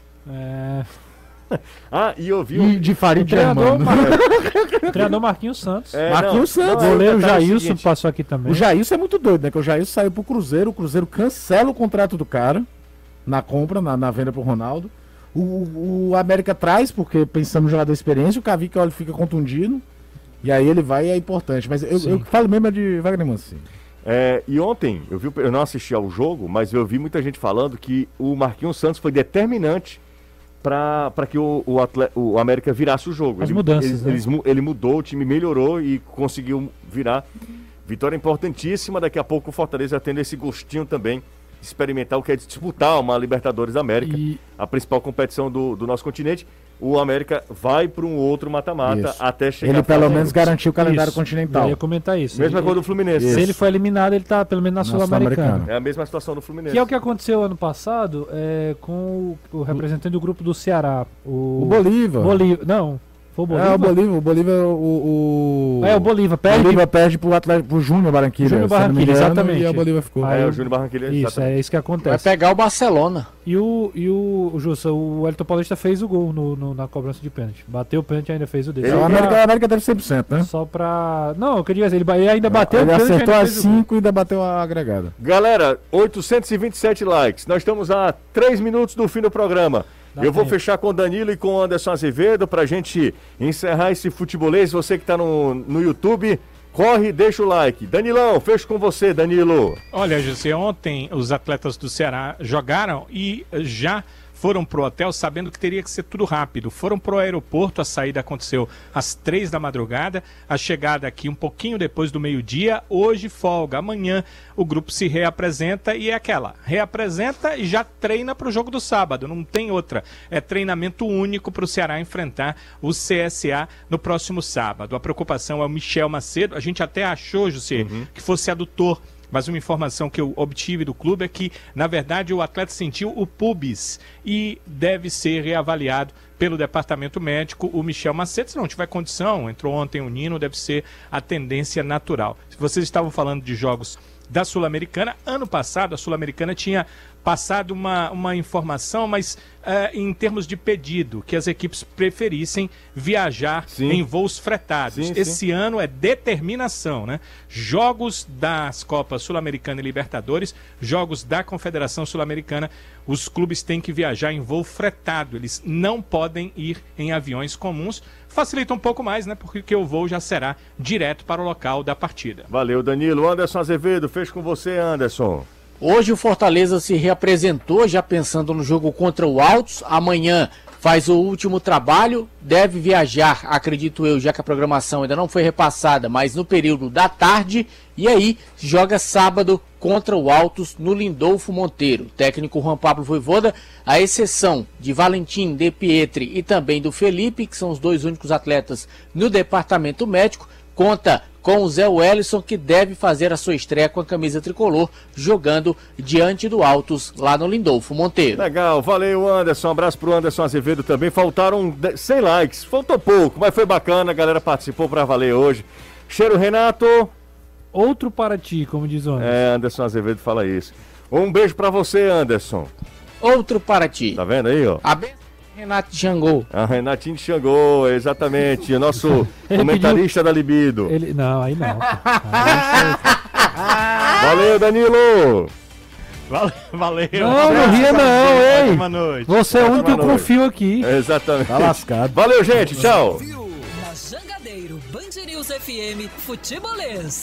E eu vi de Farid Germano. O treinador Marquinhos Santos. Marquinhos Santos. O goleiro Jailson passou aqui também. O Jailson é muito doido, né? Que o Jailson saiu pro Cruzeiro, o Cruzeiro cancela o contrato do cara na compra, na venda pro Ronaldo. O América traz, porque pensamos no jogador experiência, o Cavic fica contundido. E aí ele vai e é importante. Mas eu falo mesmo de Wagner Mancini. E ontem, eu não assisti ao jogo, mas eu vi muita gente falando que o Marquinhos Santos foi determinante para que o América virasse o jogo. As mudanças, ele mudou, o time melhorou e conseguiu virar. Vitória importantíssima, daqui a pouco o Fortaleza tendo esse gostinho também de experimentar o que é disputar uma Libertadores da América, a principal competição do nosso continente. O América vai para um outro mata-mata até chegar... Ele pelo menos garantiu o calendário continental. Eu ia comentar isso. Mesma coisa do Fluminense. Se ele for eliminado, ele está pelo menos na Sul-Americana. É a mesma situação do Fluminense. Que é o que aconteceu ano passado com o representante do grupo do Ceará. O Bolívar. Não, foi o O Bolívar. Bolívar, o Bolívar perde. O Bolívar perde pro Júnior Barranquilla. Júnior Barranquilla, exatamente. E o Bolívar ficou. O Júnior Barranquilla. Isso, é isso que acontece. Vai pegar o Barcelona. E o Wellington Paulista fez o gol na cobrança de pênalti. Bateu o pênalti e ainda fez o dele. O América deve 100%, né? Só pra... Não, eu queria dizer, ele ainda bateu o pênalti. Ele acertou as 5 e ainda bateu a agregada. Galera, 827 likes. Nós estamos a 3 minutos do fim do programa. Eu vou fechar com o Danilo e com o Anderson Azevedo pra gente encerrar esse futebolês. Você que tá no YouTube, corre e deixa o like. Danilão, fecho com você, Danilo. Olha, José, ontem os atletas do Ceará jogaram e já foram pro hotel sabendo que teria que ser tudo rápido. Foram pro aeroporto, a saída aconteceu às 3 da madrugada, a chegada aqui um pouquinho depois do meio-dia. Hoje folga, amanhã o grupo se reapresenta e é aquela, reapresenta e já treina pro jogo do sábado, não tem outra. É treinamento único pro Ceará enfrentar o CSA no próximo sábado. A preocupação é o Michel Macedo, a gente até achou, José, que fosse adutor. Mas uma informação que eu obtive do clube é que, na verdade, o atleta sentiu o pubis e deve ser reavaliado pelo departamento médico. O Michel Macedo, se não tiver condição, entrou ontem o Nino, deve ser a tendência natural. Se vocês estavam falando de jogos da Sul-Americana, ano passado a Sul-Americana tinha passado uma informação, mas em termos de pedido, que as equipes preferissem viajar em voos fretados. Esse ano é determinação, né? Jogos das Copas Sul-Americana e Libertadores, jogos da Confederação Sul-Americana, os clubes têm que viajar em voo fretado, eles não podem ir em aviões comuns. Facilita um pouco mais, né? Porque o voo já será direto para o local da partida. Valeu, Danilo. Anderson Azevedo, fecho com você, Anderson. Hoje o Fortaleza se reapresentou, já pensando no jogo contra o Altos. Amanhã faz o último trabalho, deve viajar, acredito eu, já que a programação ainda não foi repassada, mas no período da tarde, e aí joga sábado contra o Altos no Lindolfo Monteiro. O técnico Juan Pablo Vojvoda, à exceção de Valentim, De Pietri e também do Felipe, que são os 2 únicos atletas no departamento médico, conta com o Zé Wellison, que deve fazer a sua estreia com a camisa tricolor, jogando diante do Altos, lá no Lindolfo Monteiro. Legal, valeu Anderson, um abraço pro Anderson Azevedo também, faltaram 100 likes, faltou pouco, mas foi bacana, a galera participou pra valer hoje. Cheiro, Renato. Outro para ti, como diz o Anderson. Anderson Azevedo fala isso. Um beijo pra você, Anderson. Outro para ti. Tá vendo aí, ó? A benção de Renato de Xangô. A Renatinho de Xangô, exatamente, o nosso comentarista da Libido. Não, aí não. Valeu, Danilo. Valeu. Não ria não, ei. Ótima noite. Você é o único que eu confio aqui. Exatamente. Tá lascado. Valeu, gente, tchau. Na Jangadeiro, Band News FM, Futebolês.